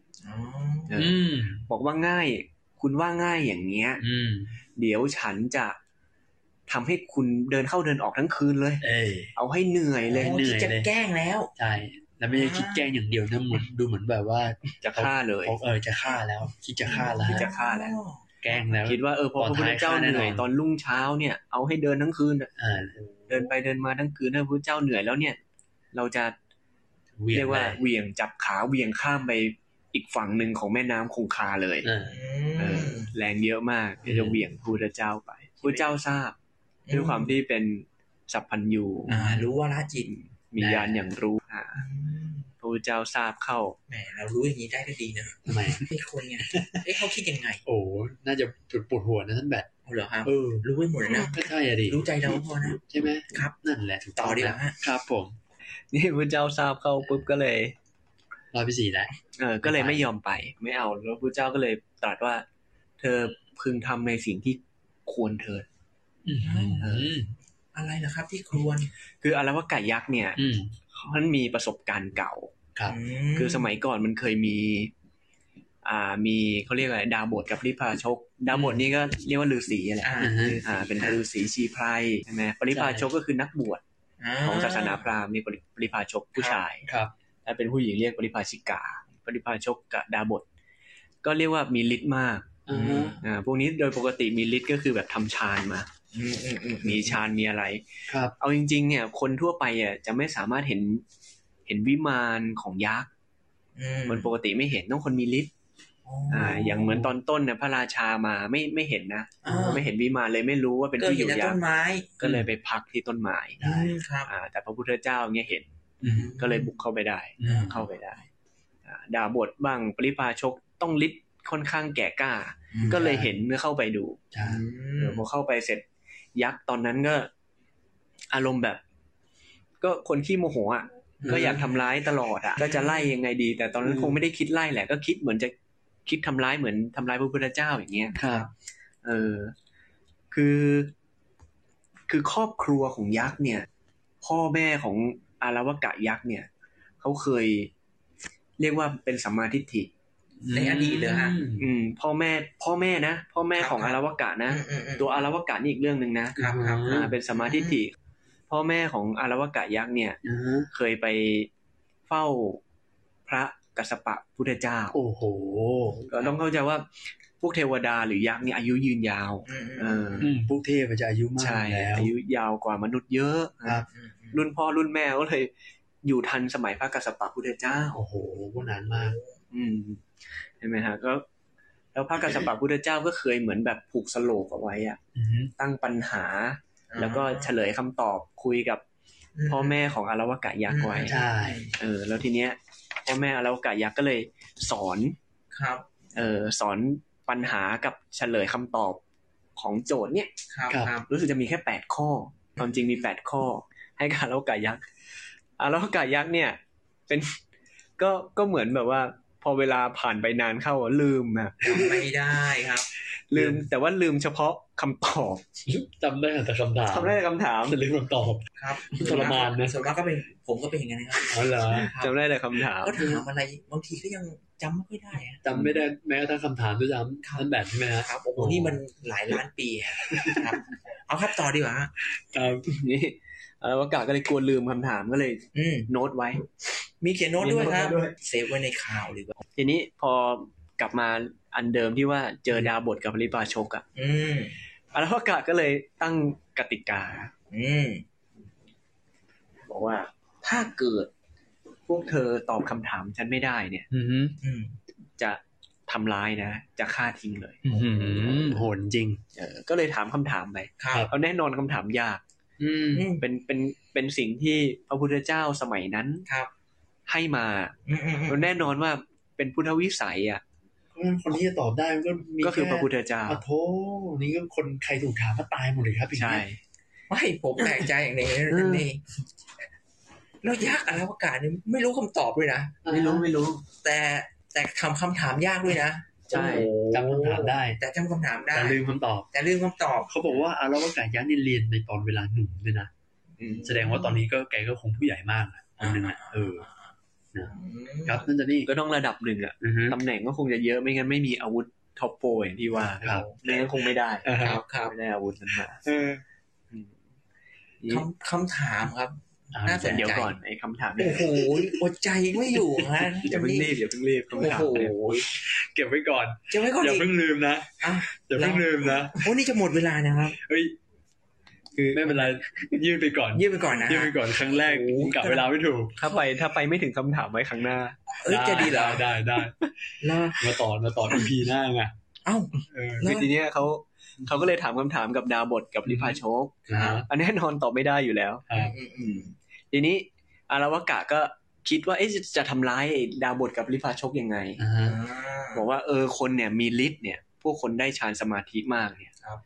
บอกว่าง่ายคุณว่าง่ายอย่างเงี้ยเดี๋ยวฉันจะทำให้คุณเดินเข้าเดินออกทั้งคืนเลยเอาให้เหนื่อยเลยเหนื่อยจะแกล้งแล้วใช่แล้วไม่ได้คิดแกล้งอย่างเดียวนะเหมือนดูเหมือนแบบว่าจะฆ่าเลยเออจะฆ่าแล้วคิดจะฆ่าแล้วคิดจะฆ่าแล้วแกล้งแล้วคิดว่าเออพอพระพุทธเจ้าเหนื่อยตอนรุ่งเช้าเนี่ยเอาให้เดินทั้งคืนเดินไปเดินมาทั้งคืนถ้าพระพุทธเจ้าเหนื่อยแล้วเนี่ยเราจะเรียกว่าเหวี่ยงจับขาเหวี่ยงข้ามไปอีกฝั่งหนึ่งของแม่น้ำคงคาเลยแรงเยอะมากจะเหวี่ยงพระพุทธเจ้าไปพระพุทธเจ้าทราบด้วยความที่เป็นสัพพัญญูรู้ว่าละจิตมีญาณอย่างรู้พระพุทธเจ้าทราบเข้าแหมเรารู้อย่างนี้ได้ก็ดีนะทำไมไม่ควรไงเอ๊ะเขาคิดยังไงโอ้น่าจะจุดปวดหัวนะท่านแบบเหรอครับเออรู้ไปหมดเลยนะก็ใช่อ่ะดิรู้ใจเราพอนะใช่ไหมครับนั่นแหละถูกต่อดีกว่าครับผมนี่พระเจ้าทราบเข้าปุ๊บก็เลยร้อยไปสี่แล้วเออก็เลยไม่ยอมไปไม่เอาแล้วพระเจ้าก็เลยตรัสว่าเธอพึงทำในสิ่งที่ควรเถิดอะไรล่ะครับที่ควรคืออาราวากะยักษ์เนี่ยมันมีประสบการณ์เก่าครับคือสมัยก่อนมันเคยมีอ่ามีเขาเรียกอะไรดาบทกับปริพาชกดาบทนี่ก็เรียกว่าฤาษีแหละอ่าเป็นฤาษีชีไพรใช่ไหมปริพาชกก็คือนักบวชของศาสนาพราหมณ์นี่ปริพาชกผู้ชายครับถ้าเป็นผู้หญิงเรียกปริพาชิกาปริพาชกกับดาบทก็เรียกว่ามีฤทธิ์มากอ่าพวกนี้โดยปกติมีฤทธิ์ก็คือแบบทำฌานมามีฌานมีอะไรครับเอาจริงๆเนี่ยคนทั่วไปอ่ะจะไม่สามารถเห็นเห็นวิมานของยักษ์มันปกติไม่เห็นต้องคนมีฤทธิ์อ่าอย่างเหมือนตอนต้นเนี่ยพระราชามาไม่ไม่เห็นนะไม่เห็นวิมานเลยไม่รู้ว่าเป็นที่อยู่ยักษ์ก็เลยไปพักที่ต้นไม้ครับอ่าแต่พระพุทธเจ้าเนี่ยเห็นก็เลยบุกเข้าไปได้เข้าไปได้ดาบทบ้างปริพาชกต้องฤทธิ์ค่อนข้างแก่กล้าก็เลยเห็นเมื่อเข้าไปดูพอเข้าไปเสร็จยักษ์ตอนนั้นก็อารมณ์แบบก็คนขี้โมโหอ่ะก็อยากทำร้ายตลอดอ่ะก็จะไล่ยังไงดีแต่ตอนนั้นคงไม่ได้คิดไล่แหละก็คิดเหมือนจะคิดทำร้ายเหมือนทำร้ายพระพุทธเจ้าอย่างเงี้ยครับเออคือคือครอบครัวของยักษ์เนี่ยพ่อแม่ของอาราวกะยักษ์เนี่ยเขาเคยเรียกว่าเป็นสัมมาทิฏฐิในอดีตเลยฮะอืมพ่อแม่พ่อแม่นะพ่อแม่ของอาราวกะนะตัวอาราวกะนี่อีกเรื่องนึงนะครับอ่าเป็นสัมมาทิฏฐิพ่อแม่ของอาราวกะยักษ์เนี่ยเคยไปเฝ้าพระกัสสปะพุทธเจ้าโอ้โหก็ต้องเข้าใจว่าพวกเทวดาหรือยักษ์นี่อายุยืนยาวเออพวกเทพจะอายุมากแล้วอายุยาวกว่ามนุษย์เยอะครับรุ่นพ่อรุ่นแม่ก็เลยอยู่ทันสมัยพระกัสสปะพุทธเจ้าโอ้โหนานมากอืมเห็นไหมฮะก็แล้วพระกัสสปะพุทธเจ้าก็เคยเหมือนแบบผูกสโลกเอาไว้อ่ะตั้งปัญหาแล้วก็เฉลยคำตอบคุยกับพ่อแม่ของอาราวกะยักษ์ไว้ใช่เออแล้วทีเนี้ยพ่อแม่อาราวกะยักษ์ก็เลยสอนครับเออสอนปัญหากับเฉลยคำตอบของโจทย์เนี่ยครับรู้สึกจะมีแค่แปดข้อความจริงมีแปดข้อให้กับอาราวกะยักษ์อาราวกะยักษ์เนี่ยเป็นก็ก็เหมือนแบบว่าพอเวลาผ่านไปนานเข้าลืมนะไม่ได้ครับลืมแต่ว่าลืมเฉพาะคำตอบจำได้แต่คำถามจำได้แต่คำถามแต่ลืมคำตอบครับทรมานนะส่วนมากก็เป็นผมก็เป็นอย่างนั้นนะครับอ๋อเหรอจำได้แต่คำถามก็ถามอะไรบางทีก็ยังจำไม่ค่อยได้จำไม่ได้แม้กระทั่งคำถามด้วยซ้ำนั่นแบบใช่ไหมครับโอ้โหนี่มันหลายล้านปีครับเอาครับต่อดีกว่าครับนี่อาราวกะก็เลยกลัวลืมคำถามก็เลยโน้ตไว้มีเขียนโน้ตด้วยครับเซฟไว้ในข่าวหรือว่าทีนี้พอกลับมาอันเดิมที่ว่าเจอดาบทกับปริพาชกอ่ะอาราวกะก็เลยตั้งกติกาบอกว่าถ้าเกิดพวกเธอตอบคำถามฉันไม่ได้เนี่ยจะทำร้ายนะจะฆ่าทิ้งเลยโหดจริงเออก็เลยถามคำถามไปเอาแน่นอนคำถามยากเป็นเป็นเป็นสิ่งที่พระพุทธเจ้าสมัยนั้นให้มาแน่นอนว่าเป็นพุทธวิสัยอ่ะคนที่จะตอบได้ก็มีก็คือพระพุทธเจ้าโอ้โธ่นี่ก็คนใครถูกถามก็ตายหมดเลยครับใช่ไม่ผมแปลกใจอย่างนี้นี่แล้วยักษ์อาราวกะนี่ไม่รู้คำตอบด้วยนะไม่รู้ไม่รู้แต่แต่ทำคำถามยากด้วยนะใช่จำคำถามได้แต่จำคำถามได้แต่ลืมคำตอบแต่ลืมคำตอบเขาบอกว่าอาราวกะยักษ์นี่เรียนในตอนเวลาหนุ่มด้วยนะแสดงว่าตอนนี้ก็แกก็คงผู้ใหญ่มากอ่ะคนนึงอ่ะเออนะครับนั่นจะนี่ก็ต้องระดับหนึ่งอ่ะตำแหน่งก็คงจะเยอะไม่งั้นไม่มีอาวุธท็อปโปรอย่างที่ว่าครับไม่งั้นคงไม่ได้ครับไม่ได้อาวุธนั้นมาคำคำถามครับน่าสนใจเดี๋ยวก่อนไอ้คำถามโอ้โหอดใจไม่อยู่ฮะอย่าเพิ่งรีบอย่าเพิ่งรีบคำถามเนี่ยเก็บไว้ก่อนเก็บไว้ก่อนอย่าเพิ่งลืมนะอย่าเพิ่งลืมนะโอ้นี่จะหมดเวลานะครับเฮ้ยคือไม่เป็นไรยื่นไปก่อนยื่นไปก่อนนะยื่นไปก่อนครั้งแรกกะเวลาไม่ถูกถ้าไปถ้าไปไม่ถึงคำถามไว้ครั้งหน้าเอ้ยจะดีเหรอได้ได้มาต่อมาต่อ อี พี หน้าไงเอ้าคือทีเนี้ยเขาเขาก็เลยถามคำถามกับดาบทกับปริพาชกอันนี้นอนตอบไม่ได้อยู่แล้วทีนี้อาราวกะก็คิดว่าเอ๊ะจะทำร้ายดาบทกับปริพาชกยังไงบอกว่าเออคนเนี่ยมีฤทธิ์เนี่ยพวกคนได้ฌานสมาธิมากเนี่ย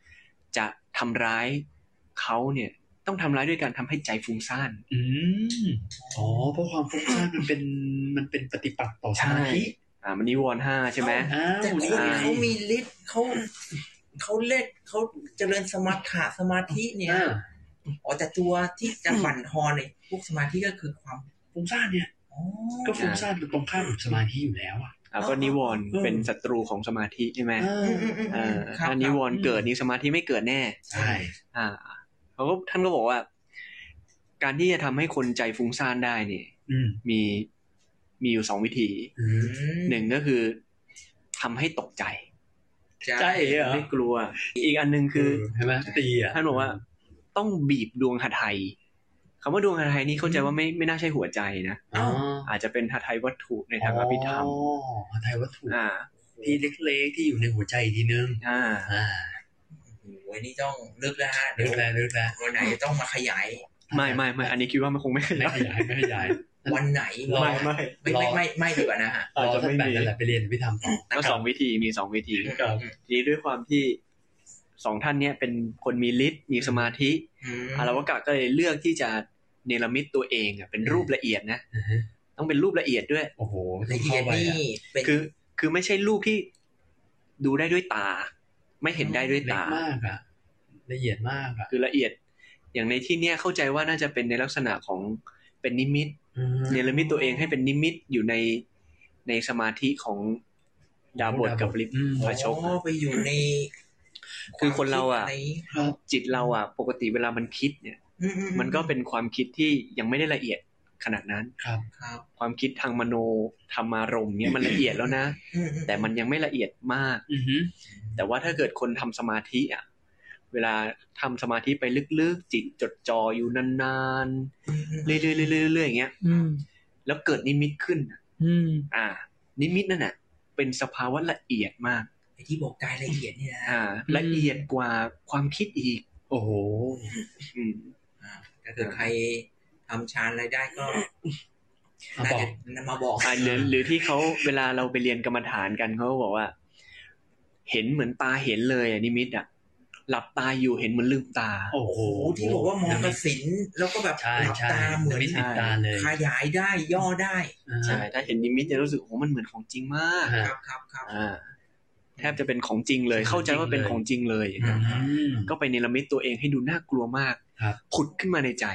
จะทำร้ายเขาเนี่ยต้องทำร้ายด้วยการทำให้ใจฟุ้งซ่านอืมอ๋อเพราะความฟุ้งซ่านมันเป็นมันเป็นปฏิปักษ์ต่อสมาธิอ่ามันนิวรณ์ห้าใช่ไหมแต่คนเขามีฤทธิ์เขาเขาเล่นเขาเจริญสมถะสมาธิเนี่ยอ๋อแต่ตัวที่จะบั่นทอนในพวกสมาธิก็คือความฟุ้งซ่านเนี่ยก็ฟุ้งซ่านตรงข้ามกับสมาธิอยู่แล้วอ่ะอ่าก็นิวรณ์เป็นศัตรูของสมาธิใช่ไหมเออถ้านิวรณ์เกิดนี่สมาธิไม่เกิดแน่ใช่อ่าเขาก็ท่านก็บอกว่าการที่จะทำให้คนใจฟุ้งซ่านได้เนี่ยมีมีอยู่สองวิธีหนึ่งก็คือทำให้ตกใจใช่เหรอไม่กลัวอีกอันนึงคือใช่ไหมตีอ่ะท่านบอกว่าต้องบีบดวงหทัยคำว่าดวงหทัยนี่เข้าใจว่าไม่ไม่น่าใช่หัวใจนะอาจจะเป็นหทัยวัตถุในทางอภิธรรมหทัยวัตถุที่เล็กๆที่อยู่ในหัวใจทีนึงอ่าอ่าวันนี้ต้องลึกแล้วฮะลึกแล้วลึกแล้ววันไหนต้องมาขยายไม่ไม่ไม่อันนี้คิดว่ามันคงไม่ขยายไม่ขยายวันไหนไม่ไม่ไม่ไม่ไม่ดีกว่านะฮะรอท่านแบ่งกันแหละไปเรียนวิธรรมต่อก็สองวิธีมีสองวิธีทีนี้ด้วยความที่สองท่านเนี้ยเป็นคนมีฤทธิ์มีสมาธิอารวากะก็เลยเลือกที่จะเนรมิตตัวเองอ่ะเป็นรูปละเอียดนะต้องเป็นรูปละเอียดด้วยโอ้โหละเอียดนี่คือคือไม่ใช่รูปที่ดูได้ด้วยตาไม่เห็นได้ด้วยตาเล็กมากอ่ะละเอียดมากอ่ะคือละเอียดอย่างในที่เนี้ยเข้าใจว่าน่าจะเป็นในลักษณะของเป็นนิมิตเนรมิตตัวเองให้เป็นนิมิตอยู่ในในสมาธิของดาบทกับลิปพาชกไปอยู่ในคือคนเราอ่ะจิตเราอ่ะปกติเวลามันคิดเนี่ยมันก็เป็นความคิดที่ยังไม่ได้ละเอียดขนาดนั้นครับความคิดทางมโนธรรมารมณ์เนี่ยมันละเอียดแล้วนะแต่มันยังไม่ละเอียดมากแต่ว่าถ้าเกิดคนทำสมาธิอ่ะเวลาทำสมาธิไปลึกๆจิตจดจ่ออยู่นานๆเรื่อยๆๆๆอย่างเงี้ยแล้วเกิดนิมิตขึ้นอ่านิมิตนั่นน่ะเป็นสภาวะละเอียดมากไอ้ที่บอกกายละเอียดนี่นะอ่าละเอียดกว่าความคิดอีกโอ้โหอืมอ่าถ้าเกิดใครทำฌานอะไรได้ก็มาบอกมาบอกอ่าหรือหรือที่เขาเวลาเราไปเรียนกรรมฐานกันเขาบอกว่าเห็นเหมือนตาเห็นเลยอ่ะนิมิตอ่ะหลับตาอยู่เห็นเหมือนลืมตาโอ้โหที่บอกว่ามองกสิณแล้วก็แบบหลับตาเหมือนขยายได้ย่อได้ใช่ถ้าเห็นนิมิตจะรู้สึกโอ้มันเหมือนของจริงมากครับครับครับอ่าแทบจะเป็นของจริงเลยเข้าใจว่าเป็นของจริงเลยก็ไปเนรมิตตัวเองให้ดูน่ากลัวมากผุดขึ้นมาในใจ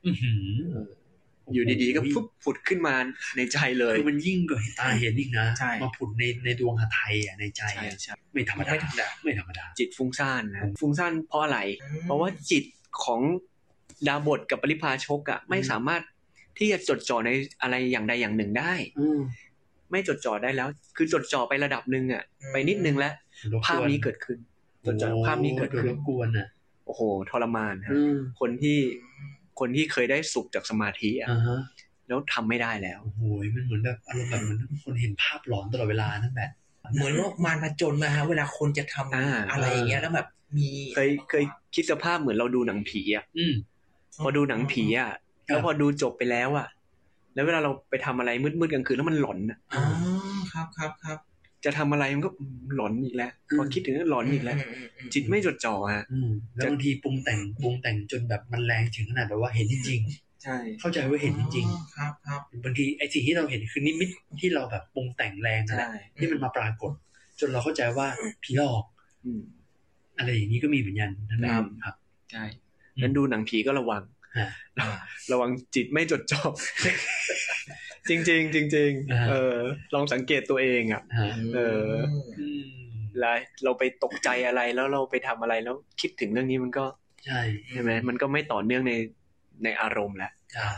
อยู่ดีๆก็พุบผุดขึ้นมาในใจเลยคือมันยิ่งกว่าตาเห็นอีกนะมาผุดในในดวงหทัยอ่ะในใจไม่ธรรมดาไม่ธรรมดาจิตฟุ้งซ่านนะฟุ้งซ่านเพราะอะไรเพราะว่าจิตของดาบทกับปริพาชกอ่ะไม่สามารถที่จะจดจ่อในอะไรอย่างใดอย่างหนึ่งได้ไม่จดจ่อได้แล้วคือจดจ่อไประดับนึงอ่ะไปนิดนึงแล้วภาพนี้เกิดขึ้นจดจ่อภาพนี้เกิดขึ้นรบกวนอ่ะโอ้โหทรมานครับคนที่คนที่เคยได้สุขจากสมาธิอ่ะแล้วทำไม่ได้แล้วโอ้โหมันเหมือนแบบอารมณ์แบบเหมือนคนเห็นภาพหลอนตลอดเวลานั่นแบบเหมือนโลกมารผจญมาฮะเวลาคนจะทำอะไรอย่างเงี้ยแล้วแบบมีเคยเคยคิดสภาพเหมือนเราดูหนังผีอ่ะพอดูหนังผีอ่ะแล้วพอดูจบไปแล้วอ่ะแล้วเวลาเราไปทำอะไรมืดๆกลางคืนแล้วมันหลอนอ่ะอ๋อครับครับครับจะทำอะไรมันก็หลอนอีกแล้วพอคิดถึงก็หลอนอีกแล้วจิตไม่จดจ่อฮะแล้วบางทีปรุงแต่งปรุงแต่งจนแบบมันแรงถึงขนาดแบบว่าเห็นจริงๆใช่เข้าใจว่าเห็นจริงๆครับครับบางทีไอ้สิ่งที่เราเห็นคือนิมิตที่เราแบบปรุงแต่งแรงนั่นแหละที่มันมาปรากฏจนเราเข้าใจว่าผีหลอกอะไรอย่างนี้ก็มีเหมือนกันนะครับครับใช่งั้นดูหนังผีก็ระวังระวังจิตไม่จดจ่อจริงจริงจริงจริงเออลองสังเกตตัวเองอ่ะเออแล้วเราไปตกใจอะไรแล้วเราไปทำอะไรแล้วคิดถึงเรื่องนี้มันก็ใช่ใช่ไหมมันก็ไม่ต่อเนื่องในในอารมณ์แล้วใช่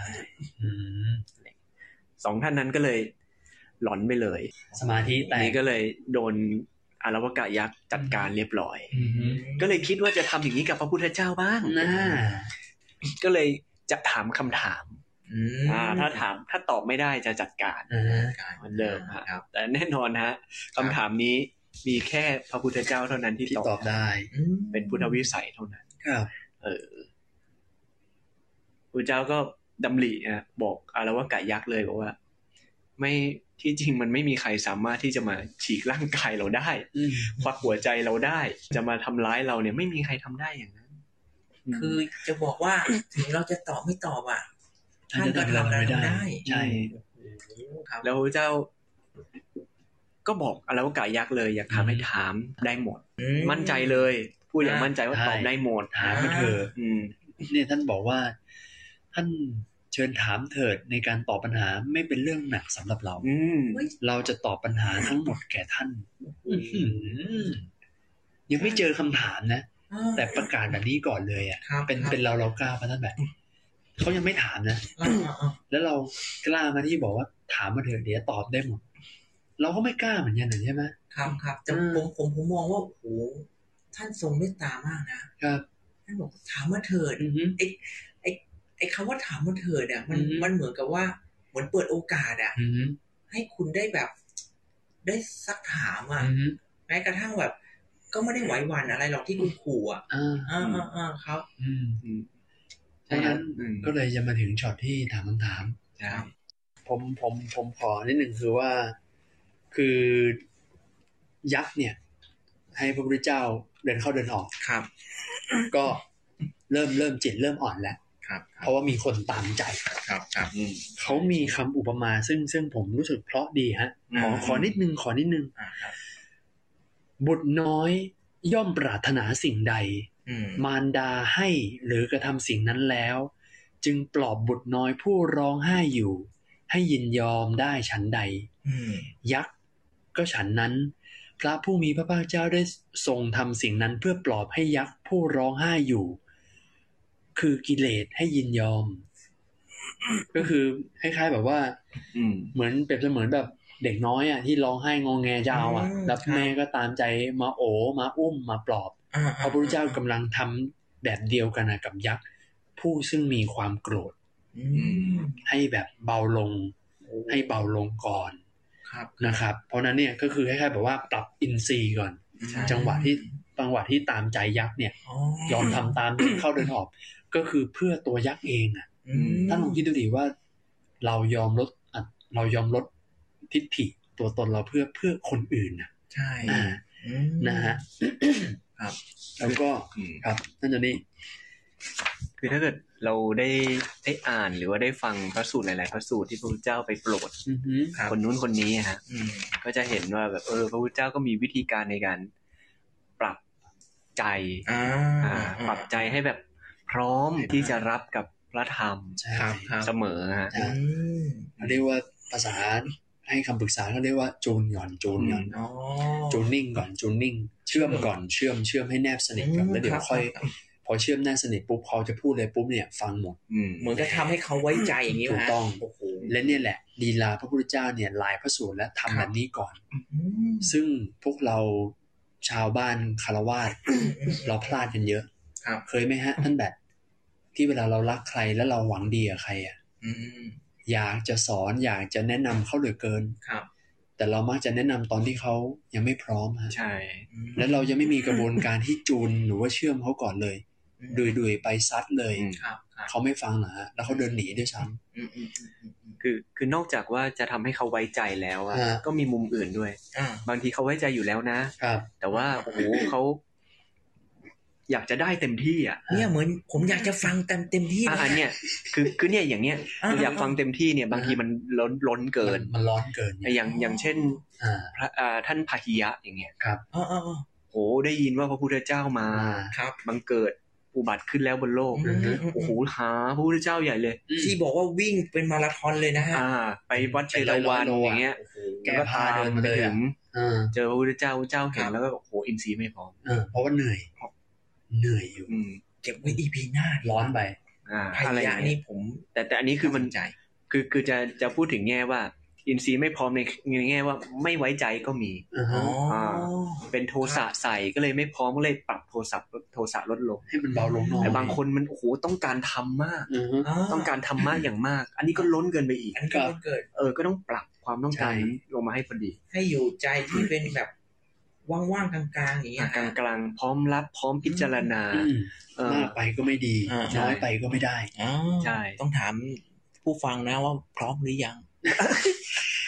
สองท่านนั้นก็เลยหลอนไปเลยสมาธิแตกนี่ก็เลยโดนอารวากะยักษ์จัดการเรียบร้อยก็เลยคิดว่าจะทำอย่างนี้กับพระพุทธเจ้าบ้างนะก็เลยจะถามคำถามอ่าถ้าถามถ้าตอบไม่ได้จะจัดการเหมือนเดิมครับแต่แน่นอนฮะคำถามนี้มีแค่พระพุทธเจ้าเท่านั้นที่ตอบได้เป็นพุทธวิสัยเท่านั้นครับเออพระเจ้าก็ดำรินะบอกอารวากะยักษ์เลยบอกว่าไม่ที่จริงมันไม่มีใครสามารถที่จะมาฉีกร่างกายเราได้ควักหัวใจเราได้จะมาทำร้ายเราเนี่ยไม่มีใครทำได้อย่างนั้นคือจะบอกว่าถึงเราจะตอบไม่ตอบอ่ะท่านก็ทำเราได้ใช่แล้วเจ้าก็บอกอะไรว่ากายักษ์เลยอยากถามให้ถามได้หมดมั่นใจเลยพูดอย่างมั่นใจว่าตอบได้หมดถามมาเถอะเนี่ยท่านบอกว่าท่านเชิญถามเถิดในการตอบปัญหาไม่เป็นเรื่องหนักสำหรับเราเราจะตอบปัญหาทั้งหมดแก่ท่านยังไม่เจอคำถามนะแต่ประกาศแบบนี้ก่อนเลยอ่ะเป็นเป็นเราเรากล้าป่ะท่านแบบเขายังไม่ถามนะแล้วเรากล้ามาที่บอกว่าถามมาเถอะเดี๋ยวตอบได้หมดเราก็ไม่กล้าเหมือนกันใช่ไหมครับครับแต่ผมผมผมมองว่าโอ้โหท่านทรงเมตตามากนะครับท่านบอกถามมาเถิดไอ้ไอ้ไอ้คำว่าถามมาเถิดเนี่ยมันมันเหมือนกับว่าเหมือนเปิดโอกาสอ่ะให้คุณได้แบบได้ซักถามอ่ะแม้กระทั่งแบบก็ไม่ได้ไหวหวั่นอะไรหรอกที่คุณขู่อ่ะอ่าอ่าอ่าครับเพราะนั้นก็เลยจะมาถึงช็อตที่ถามคำถามผมผมผมขอนิดหนึ่งคือว่าคือยักษ์เนี่ยให้พระพุทธเจ้าเดินเข้าเดินออกครับก็เริ่มเริ่มจิตเริ่มอ่อนแล้วครับเพราะว่ามีคนตามใจครับครับเขามีคำอุปมาซึ่งซึ่งผมรู้สึกเพราะดีฮะขอขอนิดนึงขอนิดนึงบุตรน้อยย่อมปรารถนาสิ่งใดมารดาให้หรือกระทำสิ่งนั้นแล้วจึงปลอบบุตรน้อยผู้ร้องไห้อยู่ให้ยินยอมได้ฉันใดยักษ์ก็ฉันนั้นพระผู้มีพระภาคเจ้าได้ทรงทำสิ่งนั้นเพื่อปลอบให้ยักษ์ผู้ร้องไห้อยู่คือกิเลสให้ยินยอมก็คือคล้ายๆแบบว่าเหมือนเปรียบเสมือนแบบเด็กน้อยอ่ะที่ร้องไห้งอแงจะเอาอ่ะแล้วแม่ก็ตามใจมาโอมาอุ้มมาปลอบพระพุทธเจ้ากำลังทำแบบเดียวกันนะกับยักษ์ผู้ซึ่งมีความโกรธให้แบบเบาลงให้เบาลงก่อนนะครับเพราะนั้นเนี่ยก็คือคล้ายๆแบบว่าปรับอินทรีย์ก่อนจังหวะที่จังหวะที่ตามใจยักษ์เนี่ยยอมทำตามที่เข้าเดินออกก็คือเพื่อตัวยักษ์เองอ่ะท่านลองคิดดูดิว่าเรายอมลดเรายอมลดทิฏฐิตัวตนเราเพื่อเพื่อคนอื่นนะใช่นะฮะครับแล้วก็ครับนั่นจะนี่คือถ้าเกิดเราได้ได้อ่านหรือว่าได้ฟังพระสูตรหลายๆพระสูตรที่พระพุทธเจ้าไปโปรดคนนู้นคนนี้ฮะก็จะเห็นว่าแบบเออพระพุทธเจ้าก็มีวิธีการในการปรับใจปรับใจให้แบบพร้อมที่จะรับกับพระธรรมเสมอฮะเรียกว่าภาษาให้คำปรึกษาเขาเรียกว่าจูนก่อนจูนก่อนจูนนิ่งก่อนจูนนิ่งเชื่อมก่อนเชื่อมเชื่อมให้แนบสนิทก่อนแล้วเดี๋ยวค่อยพอเชื่อมแนบสนิทปุ๊บเขาจะพูดเลยปุ๊บเนี่ยฟังหมดเหมือนก็ทำให้เขาไว้ใจอย่างนี้ถูกต้องและเนี่ยแหละลีลาพระพุทธเจ้าเนี่ยหลายพระสูตรและทำแบบนี้ก่อนซึ่งพวกเราชาวบ้านคฤหัสถ์เราพลาดกันเยอะเคยไหมฮะท่านแบบที่เวลาเรารักใครแล้วเราหวังดีกับใครอ่ะอยากจะสอนอยากจะแนะนำเขาเหลือเกินครับแต่เรามักจะแนะนำตอนที่เขายังไม่พร้อมฮะใช่แล้วเรายังไม่มีกระบวนการที่จูนหรือว่าเชื่อมเขาก่อนเลยดุยๆไปซัดเลยเขาไม่ฟังนะฮะแล้วเขาเดินหนีด้วยซ้ำคือคือนอกจากว่าจะทำให้เขาไว้ใจแล้วอ่ะก็มีมุมอื่นด้วยบางทีเขาไว้ใจอยู่แล้วนะแต่ว่าโอ้โหเขาอยากจะได้เต็มที่อ่ะเนี่ยเหมือนผมอยากจะฟังเต็มเต็มที่อ่ะเนี่ยคือคือเนี่ยอย่างเนี้ยอยากฟังเต็มที่เนี่ยบางทีมันล้นล้นเกินมันร้อนเกินอย่างอย่างเช่นพระท่านพาหิยะอย่างเงี้ยครับอ๋อโหได้ยินว่าพระพุทธเจ้ามาครับบังเกิดอุบัติขึ้นแล้วบนโลกโอ้โหหาพระพุทธเจ้าใหญ่เลยที่บอกว่าวิ่งเป็นมาราธอนเลยนะฮะอ่าไปวัดเชตวันอย่างเงี้ยแกพาเดินไปถึงเจอพระพุทธเจ้าเจ้าเห็นแล้วก็โอ้โหอินทรีย์ไม่พอเพราะว่าเหนื่อยเหนื่อยอยู่เก็บไว้ อี พี หน้าร้อนไปอ่าอะไรอย่างนี้ผมแต่แต่อันนี้คือมันใจคือคือจะจะพูดถึงแง่ว่าอินทรีย์ไม่พร้อมในในแง่ว่าไม่ไว้ใจก็มีอ๋อเป็นโทสะใส่ก็เลยไม่พร้อมก็เลยปรับโทสะโทสะลดลงให้มันเบาลงหน่อยแต่บางคนมันโอ้โหต้องการทำมากต้องการทำมากอย่างมากอันนี้ก็ล้นเกินไปอีกอันนี้ก็ล้นเกินเออก็ต้องปรับความต้องการลงมาให้พอดีให้อยู่ใจที่เป็นแบบว่างๆกลางๆอย่างเงี้ยกลางๆพร้อมรับพร้อมพิจารณามากไปก็ไม่ดีน้อยไปก็ไม่ได้ใช่ต้องถามผู้ฟังนะว่าพร้อมหรือยัง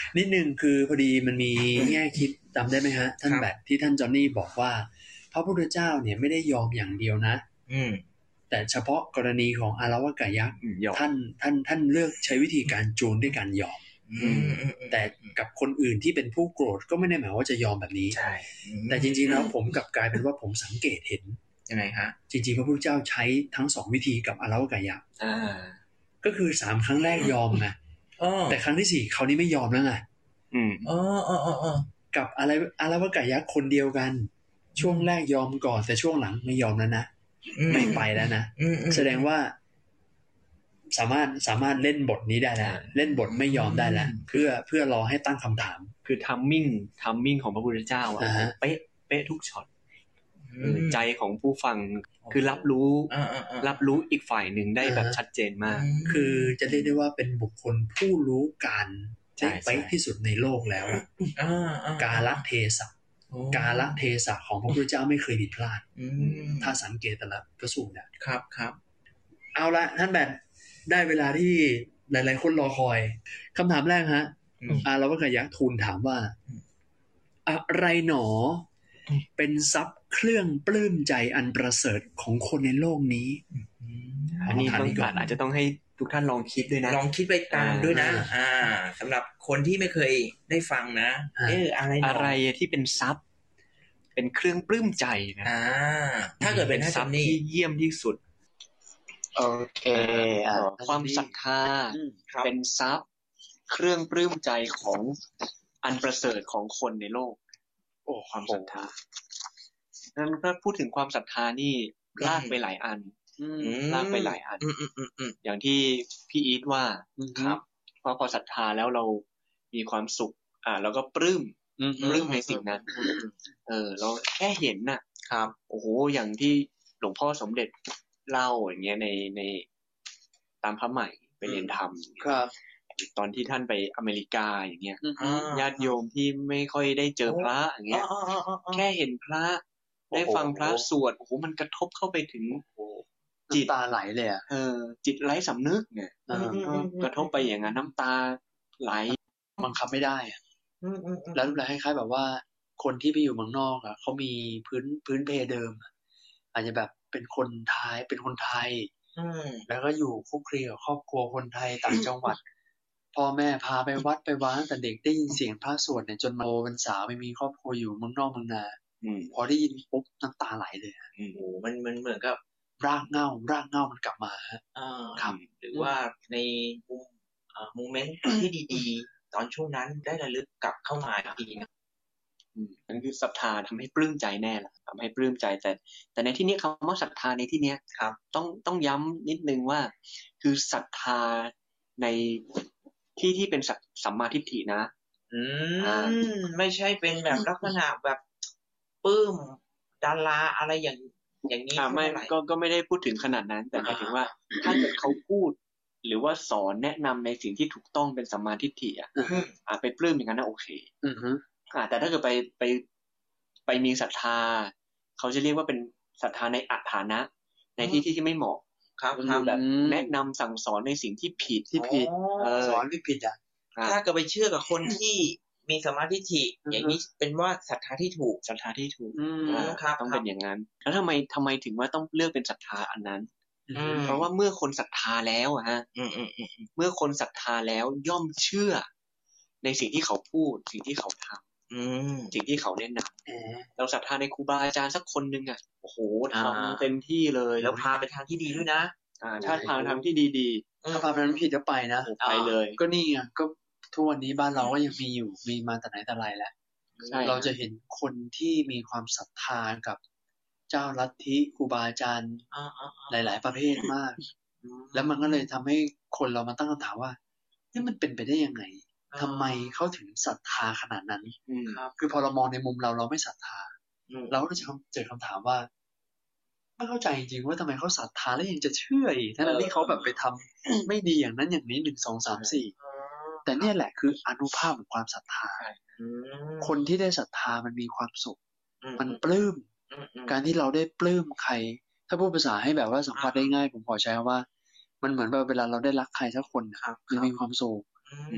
นิดนึงคือพอดีมันมีแง่คิดจำได้ไหมฮะท่านแบบที่ท่านจอห์นนี่บอกว่าพระพุทธเจ้าเนี่ยไม่ได้ยอมอย่างเดียวนะอืมแต่เฉพาะกรณีของอารวากายักษ์ท่านท่านท่านเลือกใช้วิธีการจูนด้วยการยอมแต่กับคนอื่นที่เป็นผู้โกรธก็ไม่ได้หมายว่าจะยอมแบบนี้ใช่แต่จริงๆแล้วผมกลับกลายเป็นว่าผมสังเกตเห็นยังไงฮะจริงๆพระพุทธเจ้าใช้ทั้งสองวิธีกับอารวากายักษ์ก็คือสามครั้งแรกยอมไงแต่ครั้งที่สี่เขานี้ไม่ยอมแล้วไงอืมอ๋ออ๋ออ๋อกับอะไรอารวากายักษ์คนเดียวกันช่วงแรกยอมก่อนแต่ช่วงหลังไม่ยอมแล้วนะไม่ไปแล้วนะแสดงว่าสามารถสามารถเล่นบทนี้ได้แล้วเล่นบทไม่ยอมได้แล้วเพื่อเพื่อรอให้ตั้งคำถามคือทัมมิ่งทัมมิ่งของพระพุทธเจ้าอ่ะเป๊ะเป๊ะทุกช็อตใจของผู้ฟังคือรับรู้รับรู้อีกฝ่ายหนึ่งได้แบบชัดเจนมากคือจะเรียกได้ว่าเป็นบุคคลผู้รู้การได้เป๊ะที่สุดในโลกแล้วกาลเทศะกาลเทศะของพระพุทธเจ้าไม่เคยผิดพลาดถ้าสังเกตแต่ละพระสูตรเนี่ยครับครับเอาละท่านแบบได้เวลาที่หลายๆคนรอคอยคำถามแรกฮะอารวากายักษ์ทูลถามว่าอะไรหนอเป็นทรัพย์เครื่องปลื้มใจอันประเสริฐของคนในโลกนี้อันนี้บางท่านอาจจะต้องให้ทุกท่านลองคิดด้วยนะลองคิดไปตามด้วยนะอ่าสำหรับคนที่ไม่เคยได้ฟังนะเอออะไรอะไรที่เป็นทรัพย์เป็นเครื่องปลื้มใจนะอ่าถ้าเกิดเป็นทรัพย์ที่เยี่ยมที่สุดโอเคอ่าความศรัทธาเป็นทรัพย์เครื่องปลื้มใจของอันประเสริฐของคนในโลกโอ้ความศรัทธานั้นถ้าพูดถึงความศรัทธานี่ลากไปหลายอันลากไปหลายอันอย่างที่พี่อีทว่าครับเพราะพอศรัทธาแล้วเรามีความสุขอ่าเราก็ปลื้มปลื้มในสิ่งนั้นเออเราแค่เห็นน่ะครับโอ้โหอย่างที่หลวงพ่อสมเด็จเล่าอย่างเงี้ยในในตามพระใหม่ไปเรียนธรรมครับตอนที่ท่านไปอเมริกาอย่างเงี้ยญาติโยมที่ไม่ค่อยได้เจอพระอย่างเงี้ยแค่เห็นพระได้ฟังพระสวดโอ้โหมันกระทบเข้าไปถึงจิตตาไหลเลยอ่ะเออจิตไร้สำนึกเนี่ยกระทบไปอย่างนั้นน้ำตาไหลบังคับไม่ได้อ่ะแล้วรูปแบบคล้ายๆแบบว่าคนที่ไปอยู่เมืองนอกอ่ะเขามีพื้นพื้นเพเดิมอาจจะแบบเป็นคนไทยเป็นคนไทยแล้วก็อยู่คลุกคลีกับครอบครัวคนไทยต่างจังหวัดพ่อแม่พาไปวัดไปวัดแต่เด็กได้ยินเสียงพระสวดเนี่ยจนมาโตเป็นสาวไปมีครอบครัวอยู่เมืองนอกเมืองนาพอได้ยินปุ๊บน้ำตาไหลเลยโอ้โหมันมันเหมือนกับรากเหง้ารากเหง้ามันกลับมาฮะครับหรือว่าในมุมโมเมนต์ที่ดีๆตอนช่วงนั้นได้ระลึกกลับเข้ามาอีกนะนั่นคือศรัทธาทำให้ปลื้มใจแน่ละทำให้ปลื้มใจแต่แต่ในที่นี้คำว่าศรัทธาในที่นี้ครับต้องต้องย้ำนิดนึงว่าคือศรัทธาในที่ที่เป็นสัมมาทิฏฐินะอืมไม่ใช่เป็นแบบลักษณะแบบปลื้มดาราอะไรอย่างอย่างนี้ไม่ก็ก็ไม่ได้พูดถึงขนาดนั้นแต่หมายถึงว่าถ้าเกิดเขาพูดหรือว่าสอนแนะนำในสิ่งที่ถูกต้องเป็นสัมมาทิฏฐิอ่ะอ่าไปปลื้มอย่างนั้นนะโอเคอือฮึอ่าแต่ถ้าเกิดไปไปไปมีศรัทธาเขาจะเรียกว่าเป็นศรัทธาในอัตฐานะในที่ที่ที่ไม่เหมาะครับคือแบบแนะนำสั่งสอนในสิ่งที่ผิดที่ผิดสอนที่ผิดอ่ะถ้าเกิดไปเชื่อกับคนที่มีสัมมาทิฏฐิอย่างนี้เป็นว่าศรัทธาที่ถูกศรัทธาที่ถูกต้องเป็นอย่างนั้นแล้วทำไมทำไมถึงว่าต้องเลือกเป็นศรัทธาอันนั้นเพราะว่าเมื่อคนศรัทธาแล้วอะฮะเมื่อคนศรัทธาแล้วย่อมเชื่อในสิ่งที่เขาพูดสิ่งที่เขาทำสิ่งที่เขาแนะนำเราศรัทธาในครูบาอาจารย์สักคนนึงอ่ะโอ้โหทำเต็มที่เลยแล้วพาไปทางที่ดีด้วยนะอ่าถ้าพาทางที่ดีๆถ้าพาไปทางผิดก็ไปนะไปเลยก็นี่ไงก็ทุกวันนี้บ้านเราก็ยังมีอยู่มีมาแต่ไหนแต่ไรแล้วเราจะเห็นคนที่มีความศรัทธากับเจ้าลัทธิครูบาอาจารย์หลายๆประเภทมากแล้วมันก็เลยทำให้คนเรามาตั้งคำถามว่านี่มันเป็นไปได้ยังไงทำไมเขาถึงศรัทธาขนาดนั้นคือพอเรามองในมุมเราเราไม่ศรัทธาเราก็จะเจอคำถามว่าไม่เข้าใจจริงๆว่าทำไมเขาศรัทธาแล้วยังจะเชื่ออีกทั้งที่เขาแบบไปทำไม่ดีอย่างนั้นอย่างนี้หนึ่งสองสามสี่แต่เนี่ยแหละคืออานุภาพของความศรัทธาคนที่ได้ศรัทธามันมีความสุขมันปลื้มการที่เราได้ปลื้มใครถ้าพูดภาษาให้แบบว่าสัมผัสได้ง่ายผมขอใช้ว่ามันเหมือนแบบเวลาเราได้รักใครสักคนมันมีความสุข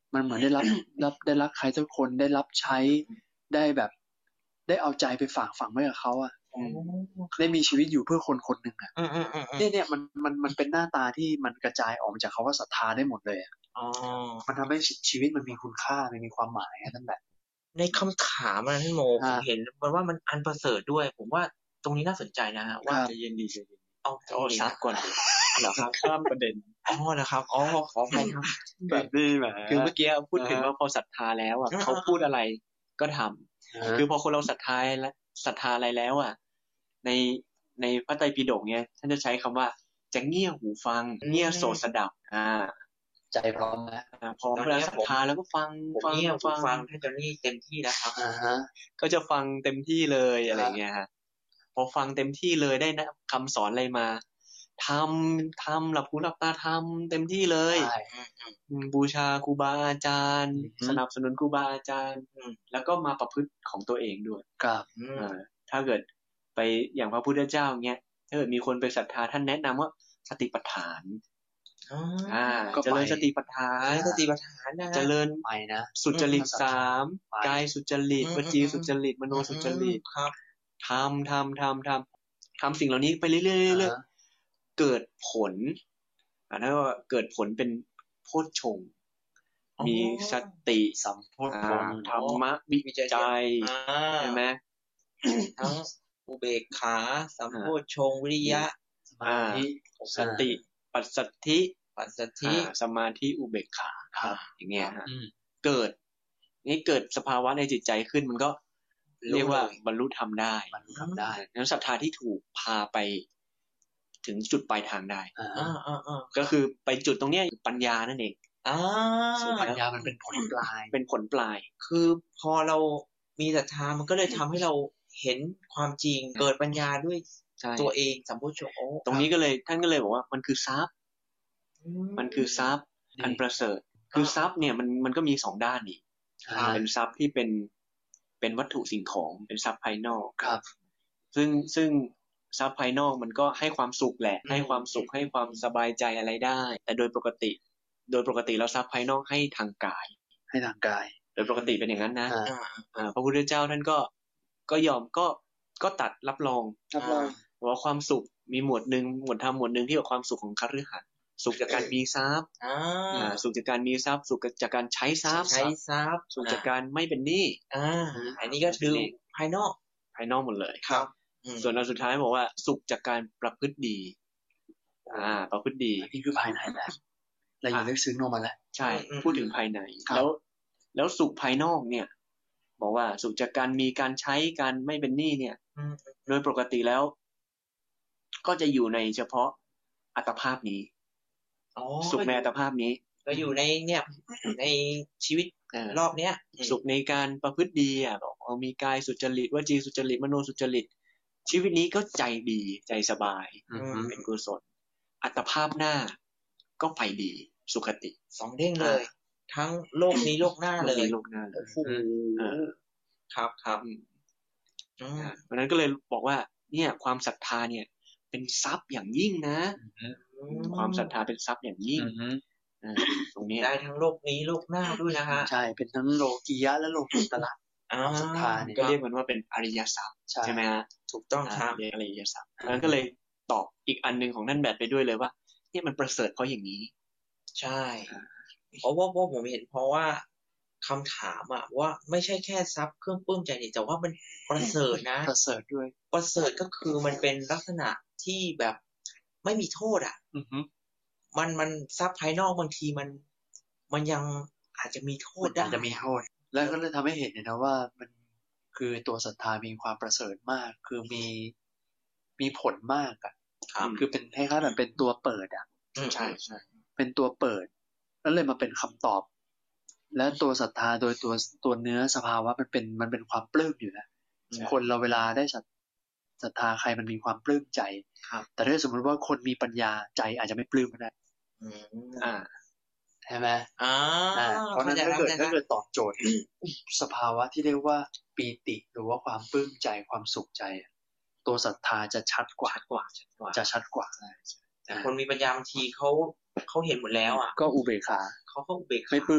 มันเหมือนได้รับรับได้รักใครสักคนได้รับใช้ได้แบบได้เอาใจไปฝากฝังไว้กับเขาอ่ะได้มีชีวิตอยู่เพื่อคนคนหนึ่งอ่ะเนี่ยเนี่ยมันมันมันเป็นหน้าตาที่มันกระจายออกมาจากคำว่าศรัทธาได้หมดเลยอ่ะมันทำให้ชีวิตมันมีคุณค่ามันมีความหมายนั่นแหละในคำถามนะท่านโมผมเห็นมันว่ามันอันประเสริฐด้วยผมว่าตรงนี้น่าสนใจนะฮะว่าจะเย็นดีจะเย็นเอาเอาซักก่อนเหรอครับข้ามประเด็นอ๋อนะครับอ๋อขออภัยครับแบบนี้แหมคือเมื่อกี้พูดถึงว่าพอศรัทธาแล้วอ่ะเขาพูดอะไรก็ทำคือพอคนเราศรัทธาและศรัทธาอะไรแล้วอ่ะในในพระไตรปิฎกเนี่ยท่านจะใช้คำว่าจะเงี่ยหูฟังเงี่ยโสตสดับอ่าใจพร้อมนะพร้อมเวลาศรัทธาแล้วก็ฟังฟังเงี่ยหูฟังท่านเจ้านี่เต็มที่แล้วครับอ่าฮะก็จะฟังเต็มที่เลยอะไรเงี้ยฮะพอฟังเต็มที่เลยได้นะคำสอนอะไรมาทำทำหลับหูหลับตาทำเต็มที่เลยบูชาครูบาอาจารย์สนับสนุนครูบาอาจารย์แล้วก็มาประพฤติของตัวเองด้วยครับถ้าเกิดไปอย่างพระพุทธเจ้าเงี้ยถ้าเกิดมีคนไปศรัทธาท่านแนะนำว่าสติปัฏฐานอ่าเจริญสติปัฏฐานสติปัฏฐานนะเจริญไปนะสุจริตสามกายสุจริตวจีสุจริตมโนสุจริตครับทำทำทำทำทำสิ่งเหล่านี้ไปเรื่อยๆเกิดผลอ่าถ้าว่าเกิดผลเป็นโพชฌงค์มีสติสัมโพชฌงค์ธรรมะวิจัยใช่ไหมทั้งอุเบกขาสัมโพชฌงค์วิริยะสมาธิสติปัสสัทธิปัสสัทธิสมาธิอุเบกขาครับอย่างเงี้ยฮะเกิดนี่เกิดสภาวะในจิตใจขึ้นมันก็เรียกว่าบรรลุธรรมได้บรรลุธรรมได้แล้วศรัทธาที่ถูกพาไปถึงจุดปลายทางได้อ่าๆก็คือไปจุดตรงเนี้ยปัญญานั่นเองอ่าปัญญามันเป็นผลปลายเป็นผลปลายคือพอเรามีศรัทธามันก็เลยทำให้เราเห็นความจริงเกิดปัญญาด้วยตัวเองสัมโพชฌงค์ตรงนี้ก็เลยท่านก็เลยบอกว่ามันคือทรัพย์มันคือทรัพย์อันประเสริฐคือทรัพย์เนี่ยมันมันก็มีสองด้านนี่เป็นทรัพย์ที่เป็นเป็นวัตถุสิ่งของเป็นทรัพย์ภายนอกครับซึ่งซึ่งทรัพย์ภายนอกมันก็ให้ความสุขแหละให้ความสุขให้ความสบายใจอะไรได้แต่โดยปกติโดยปกติแล้วทรัพย์ภายนอกให้ทางกายให้ทางกายโดยปกติเป็นอย่างนั้นนะพระพุทธเจ้าท่านก็ก็ยอมก็ก็ตัดรับรองรับรองว่าความสุขมีหมวดหนึ่งหมวดธรรมหมวดหนึ่งที่กับความสุขของคฤหัสถ์สุขจากการมีทรัพย์สุขจากการมีทรัพย์สุขจากการใช้ทรัพย์ใช้ทรัพย์สุขจากการไม่เป็นหนี้อ่าอันนี้ก็คือภายนอกภายนอกหมดเลยครับส่วนอันสุดท้ายบอกว่าสุขจากการประพฤติดีอ่าประพฤติดีอันนี้คือภายในแหละเราอยู่ลึกซึ้งลงมาแล้วใช่พูดถึงภายในแล้วแล้วสุขภายนอกเนี่ยบอกว่าสุขจากการมีการใช้การไม่เป็นหนี้เนี่ยโดยปกติแล้วก็จะอยู่ในเฉพาะอัตภาพนี้สุขในอัตภาพนี้ก็อยู่ในเนี่ยในชีวิตรอบเนี้ยสุขในการประพฤติดีอ่ะบอกเอามีกายสุจริตวจีสุจริตมโนสุจริตชีวิตนี้ก็ใจดีใจสบายเป็นกุศลอัตภาพหน้าก็ไปดีสุขติสองเด้งเลยทั้งโลกนี้โลกหน้าเลยโลกหน้าเลยโอ้โหครับครับเพราะนั้นก็เลยบอกว่าเนี่ยความศรัทธาเนี่ยเป็นทรัพย์อย่างยิ่งนะความศรัทธาเป็นทรัพย์อย่างยิ่งตรงนี้ได้ทั้งโลกนี้โลกหน้าด้วยนะฮะใช่เป็นทั้งโลกียะและโลกุตระความศรัทธาเนี่ยก็เรียกมันว่าเป็นอริยทรัพย์ใช่ไหมฮะถูกต้องครับเรียกอริยทรัพย์นั้นก็เลยตอบอีกอันนึงของท่านแบบไปด้วยเลยว่าเนี่ยมันประเสริฐเพราะอย่างนี้ใช่เพราะว่าพวกผมเห็นเพราะว่าคำถามอะว่าไม่ใช่แค่ทรัพย์เครื่องปลื้มใจนี่แต่ว่ามันประเสริฐนะประเสริฐด้วยประเสริฐก็คือมันเป็นลักษณะที่แบบไม่มีโทษอ่ะมันมันทรัพย์ภายนอกบางทีมันมันยังอาจจะมีโทษได้อาจจะมีโทษแล้วก็เลยทำให้เห็นนะว่ามันคือตัวศรัทธามีความประเสริฐมากคือมีมีผลมากอ่ะคือเป็นคล้ายๆแบบเป็นตัวเปิดอ่ะใช่ใช่เป็นตัวเปิดแล้วเลยมาเป็นคำตอบและตัวศรัทธาโดยตัวตัวเนื้อสภาวะมันเป็นมันเป็นความปลื้มอยู่นะคนเราเวลาได้ศรัทธาใครมันมีความปลื้มใจแต่ถ้าสมมติว่าคนมีปัญญาใจอาจจะไม่ปลื้มก็ได้อ่าใช่ไหมอ่าเพราะนั้นถ้าเกิดถ้าเกิดตอบโจทย์สภาวะที่เรียกว่าปีติหรือว่าความปลื้มใจความสุขใจตัวศรัทธาจะชัดกว่ากว่าจะชัดกว่าแต่คนมีปัญญาบางทีเขาเขาเห็นหมดแล้วอ่ะก็อุเบกขาเขาก็อุเบกขาไม่ปลื้ม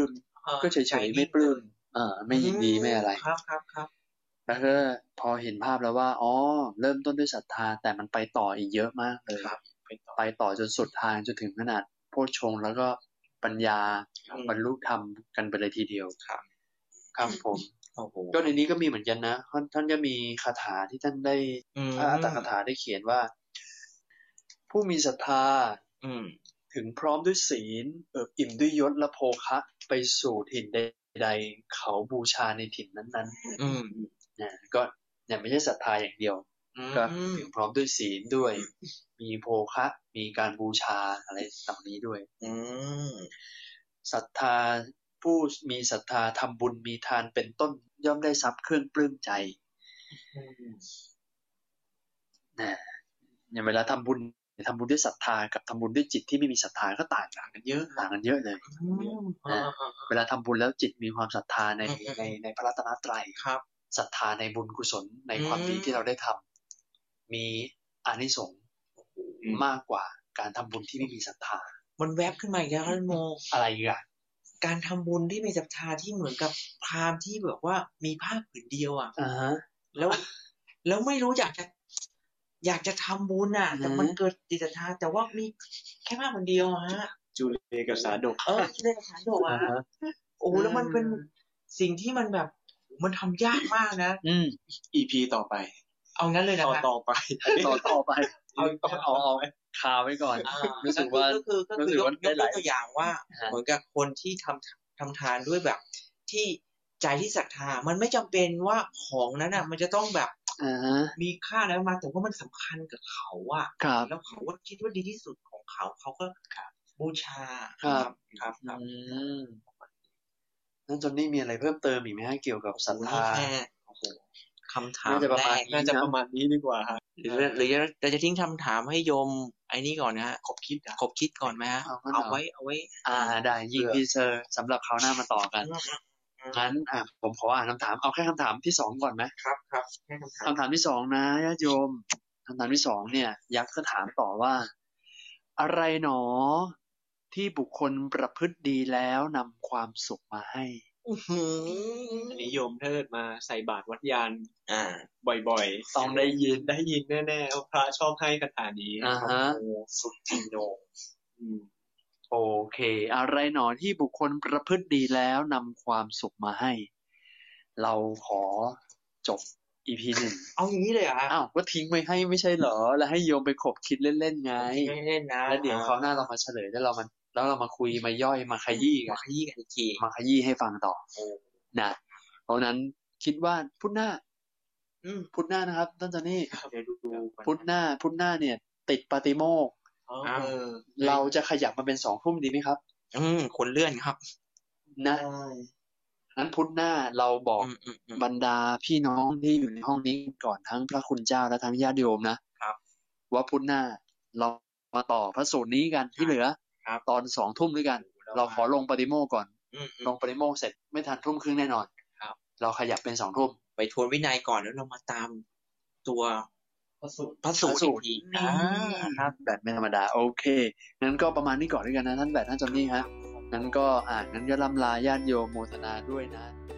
ก็เฉยๆไม่ปลื้มเออไม่ยินดีไม่อะไรครับครับครับแล้วก็พอเห็นภาพแล้วว่าอ๋อเริ่มต้นด้วยศรัทธาแต่มันไปต่ออีกเยอะมากเลยไปต่อไปต่อจนสุดทางจนถึงขนาดโพชฌงค์แล้วก็ปัญญาบรรลุธรรมกันไปเลยทีเดียวครับครับผมก็ในนี้ก็มีเหมือนกันนะท่านก็มีคาถาที่ท่านได้พระอัตถคาถาได้เขียนว่าผู้มีศรัทธาถึงพร้อมด้วยศีลเอิบอิ่มด้วยยศและโภคะไปสู่ถิ่นใดๆเขาบูชาในถิ่นนั้นๆนะก็เนี่ยไม่ใช่ศรัทธาอย่างเดียวก็ถึงพร้อมด้วยศีลด้วยมีโภคะมีการบูชาอะไรต่างนี้ด้วยศรัทธาผู้มีศรัทธาทำบุญมีทานเป็นต้นย่อมได้ทรัพย์เครื่องปลื้มใจนะอย่างเวลาทำบุญทำบุญด้วยศรัทธากับทำบุญด้วยจิตที่ไม่มีศรัทธาก็ต่างกันเยอะต่างกันเยอะเลยนะเวลาทำบุญแล้วจิตมีความศรัทธาในในในพระรัตนตรัยครับศรัทธาในบุญกุศลในความดีที่เราได้ทำมีอานิสงส์มากกว่าการทำบุญที่ไม่มีศรัทธามันแวบขึ้นมาอีกแล้วท่านโมอะไรอ่ะการทำบุญที่มีศรัทธาที่เหมือนกับพราหมณ์ที่แบบว่ามีผ้าผืนเดียวอ่ะอ่าฮะแล้วแล้วไม่รู้อยากจะอยากจะทำบุญอ่ะแต่มันเกิดจิตศรัทธาแต่ว่ามีแค่ผ้าผืนเดียวฮะจุเลกับสาดกเออจุเลกับสาดกอ่ะโอ้แล้วมันเป็นสิ่งที่มันแบบมันทำยากมากนะอืมอี พี ต่อไปเอางั้นเลยนะต่อต่อไปต่อต่อไปเอาเอาเอาคาไว้ก่อนรู้สึกว่าก็คือก็คือยกตัวอย่างว่าเหมือนกับคนที่ทำทำทานด้วยแบบที่ใจที่ศรัทธามันไม่จำเป็นว่าของนั้นอ่ะมันจะต้องแบบมีค่าอะไรมาแต่ว่ามันสำคัญกับเขาอ่ะแล้วเขาว่าคิดว่าดีที่สุดของเขาเขาก็บูชาครับครับครับนั่นจนนี่มีอะไรเพิ่มเติมอีกไหมฮะเกี่ยวกับศรัทธาคำถามแรกน่าจะประมาณนี้ดีกว่าครับหรือหรือเราจะทิ้งคำถามให้โยมไอ้นี่ก่อนนะฮะคบคิดคบคิดก่อนไหมฮะเอาไว้เอาไว้อ่าได้ยิงทีเซอร์สำหรับคราวหน้ามาต่อกันงั้นอ่ะผมขออ่านคำถามเอาแค่คำถามที่สองก่อนไหมครับครับแค่คำถามคำถามที่สองนะญาติโยมคำถามที่สองเนี่ยยักษ์ก็ถามต่อว่าอะไรหนอที่บุคคลประพฤติดีแล้วนำความสุขมาให้อันนี้โยมเทิดมาใส่บาตรวัดยานอ่าบ่อยๆต้องได้ยินได้ยินแน่ๆพระชอบให้คาถานี้อ่าฮะสุจิโนโอเคอะไรหนอที่บุคคลประพฤติดีแล้วนำความสุขมาให้เราขอจบ อี พี หนึ่งเอาอย่างนี้เลยเหรออ้าวก็ทิ้งไว้ให้ไม่ใช่เหรอแล้วให้โยมไปขบคิดเล่นๆไงเล่นๆนะแล้วเดี๋ยวคราวหน้าเรามาเฉลยแล้วเรามันแล้วเรามาคุยมาย่อยมาขยี้กันมาขยี้กันอีกทีมาขยี้ให้ฟังต่อนะเพราะนั้นคิดว่าพุธหน้าพุธหน้านะครับท่านจานี่พุธหน้าพุธหน้าเนี่ยติดปาฏิโมกข์เราจะขยับมาเป็นสองทุ่มดีไหมครับอืมคนเลื่อนครับนะนั้นพุธหน้าเราบอกบรรดาพี่น้องที่อยู่ในห้องนี้ก่อนทั้งพระคุณเจ้าและทั้งญาติโยมนะครับว่าพุธหน้าเรามาต่อพระสูตรนี้กันที่เหลือตอนสองทุ่มด้วยกันเราขอลงปาฏิโมกข์ก่อนลงปาฏิโมกข์เสร็จไม่ทันทุ่มครึ่งแน่นอนเราขยับเป็นสองทุ่มไปทวนวินัยก่อนแล้วเรามาตามตัวพระสูตรพระสูตรอีกทีครับแบบไม่ธรรมดาโอเคงั้นก็ประมาณนี้ก่อนด้วยกันนะท่านแบบท่านจอมนี่ฮะงั้นก็อ่างั้นก็ล่ำลาญาติโยมโมทนาด้วยนะ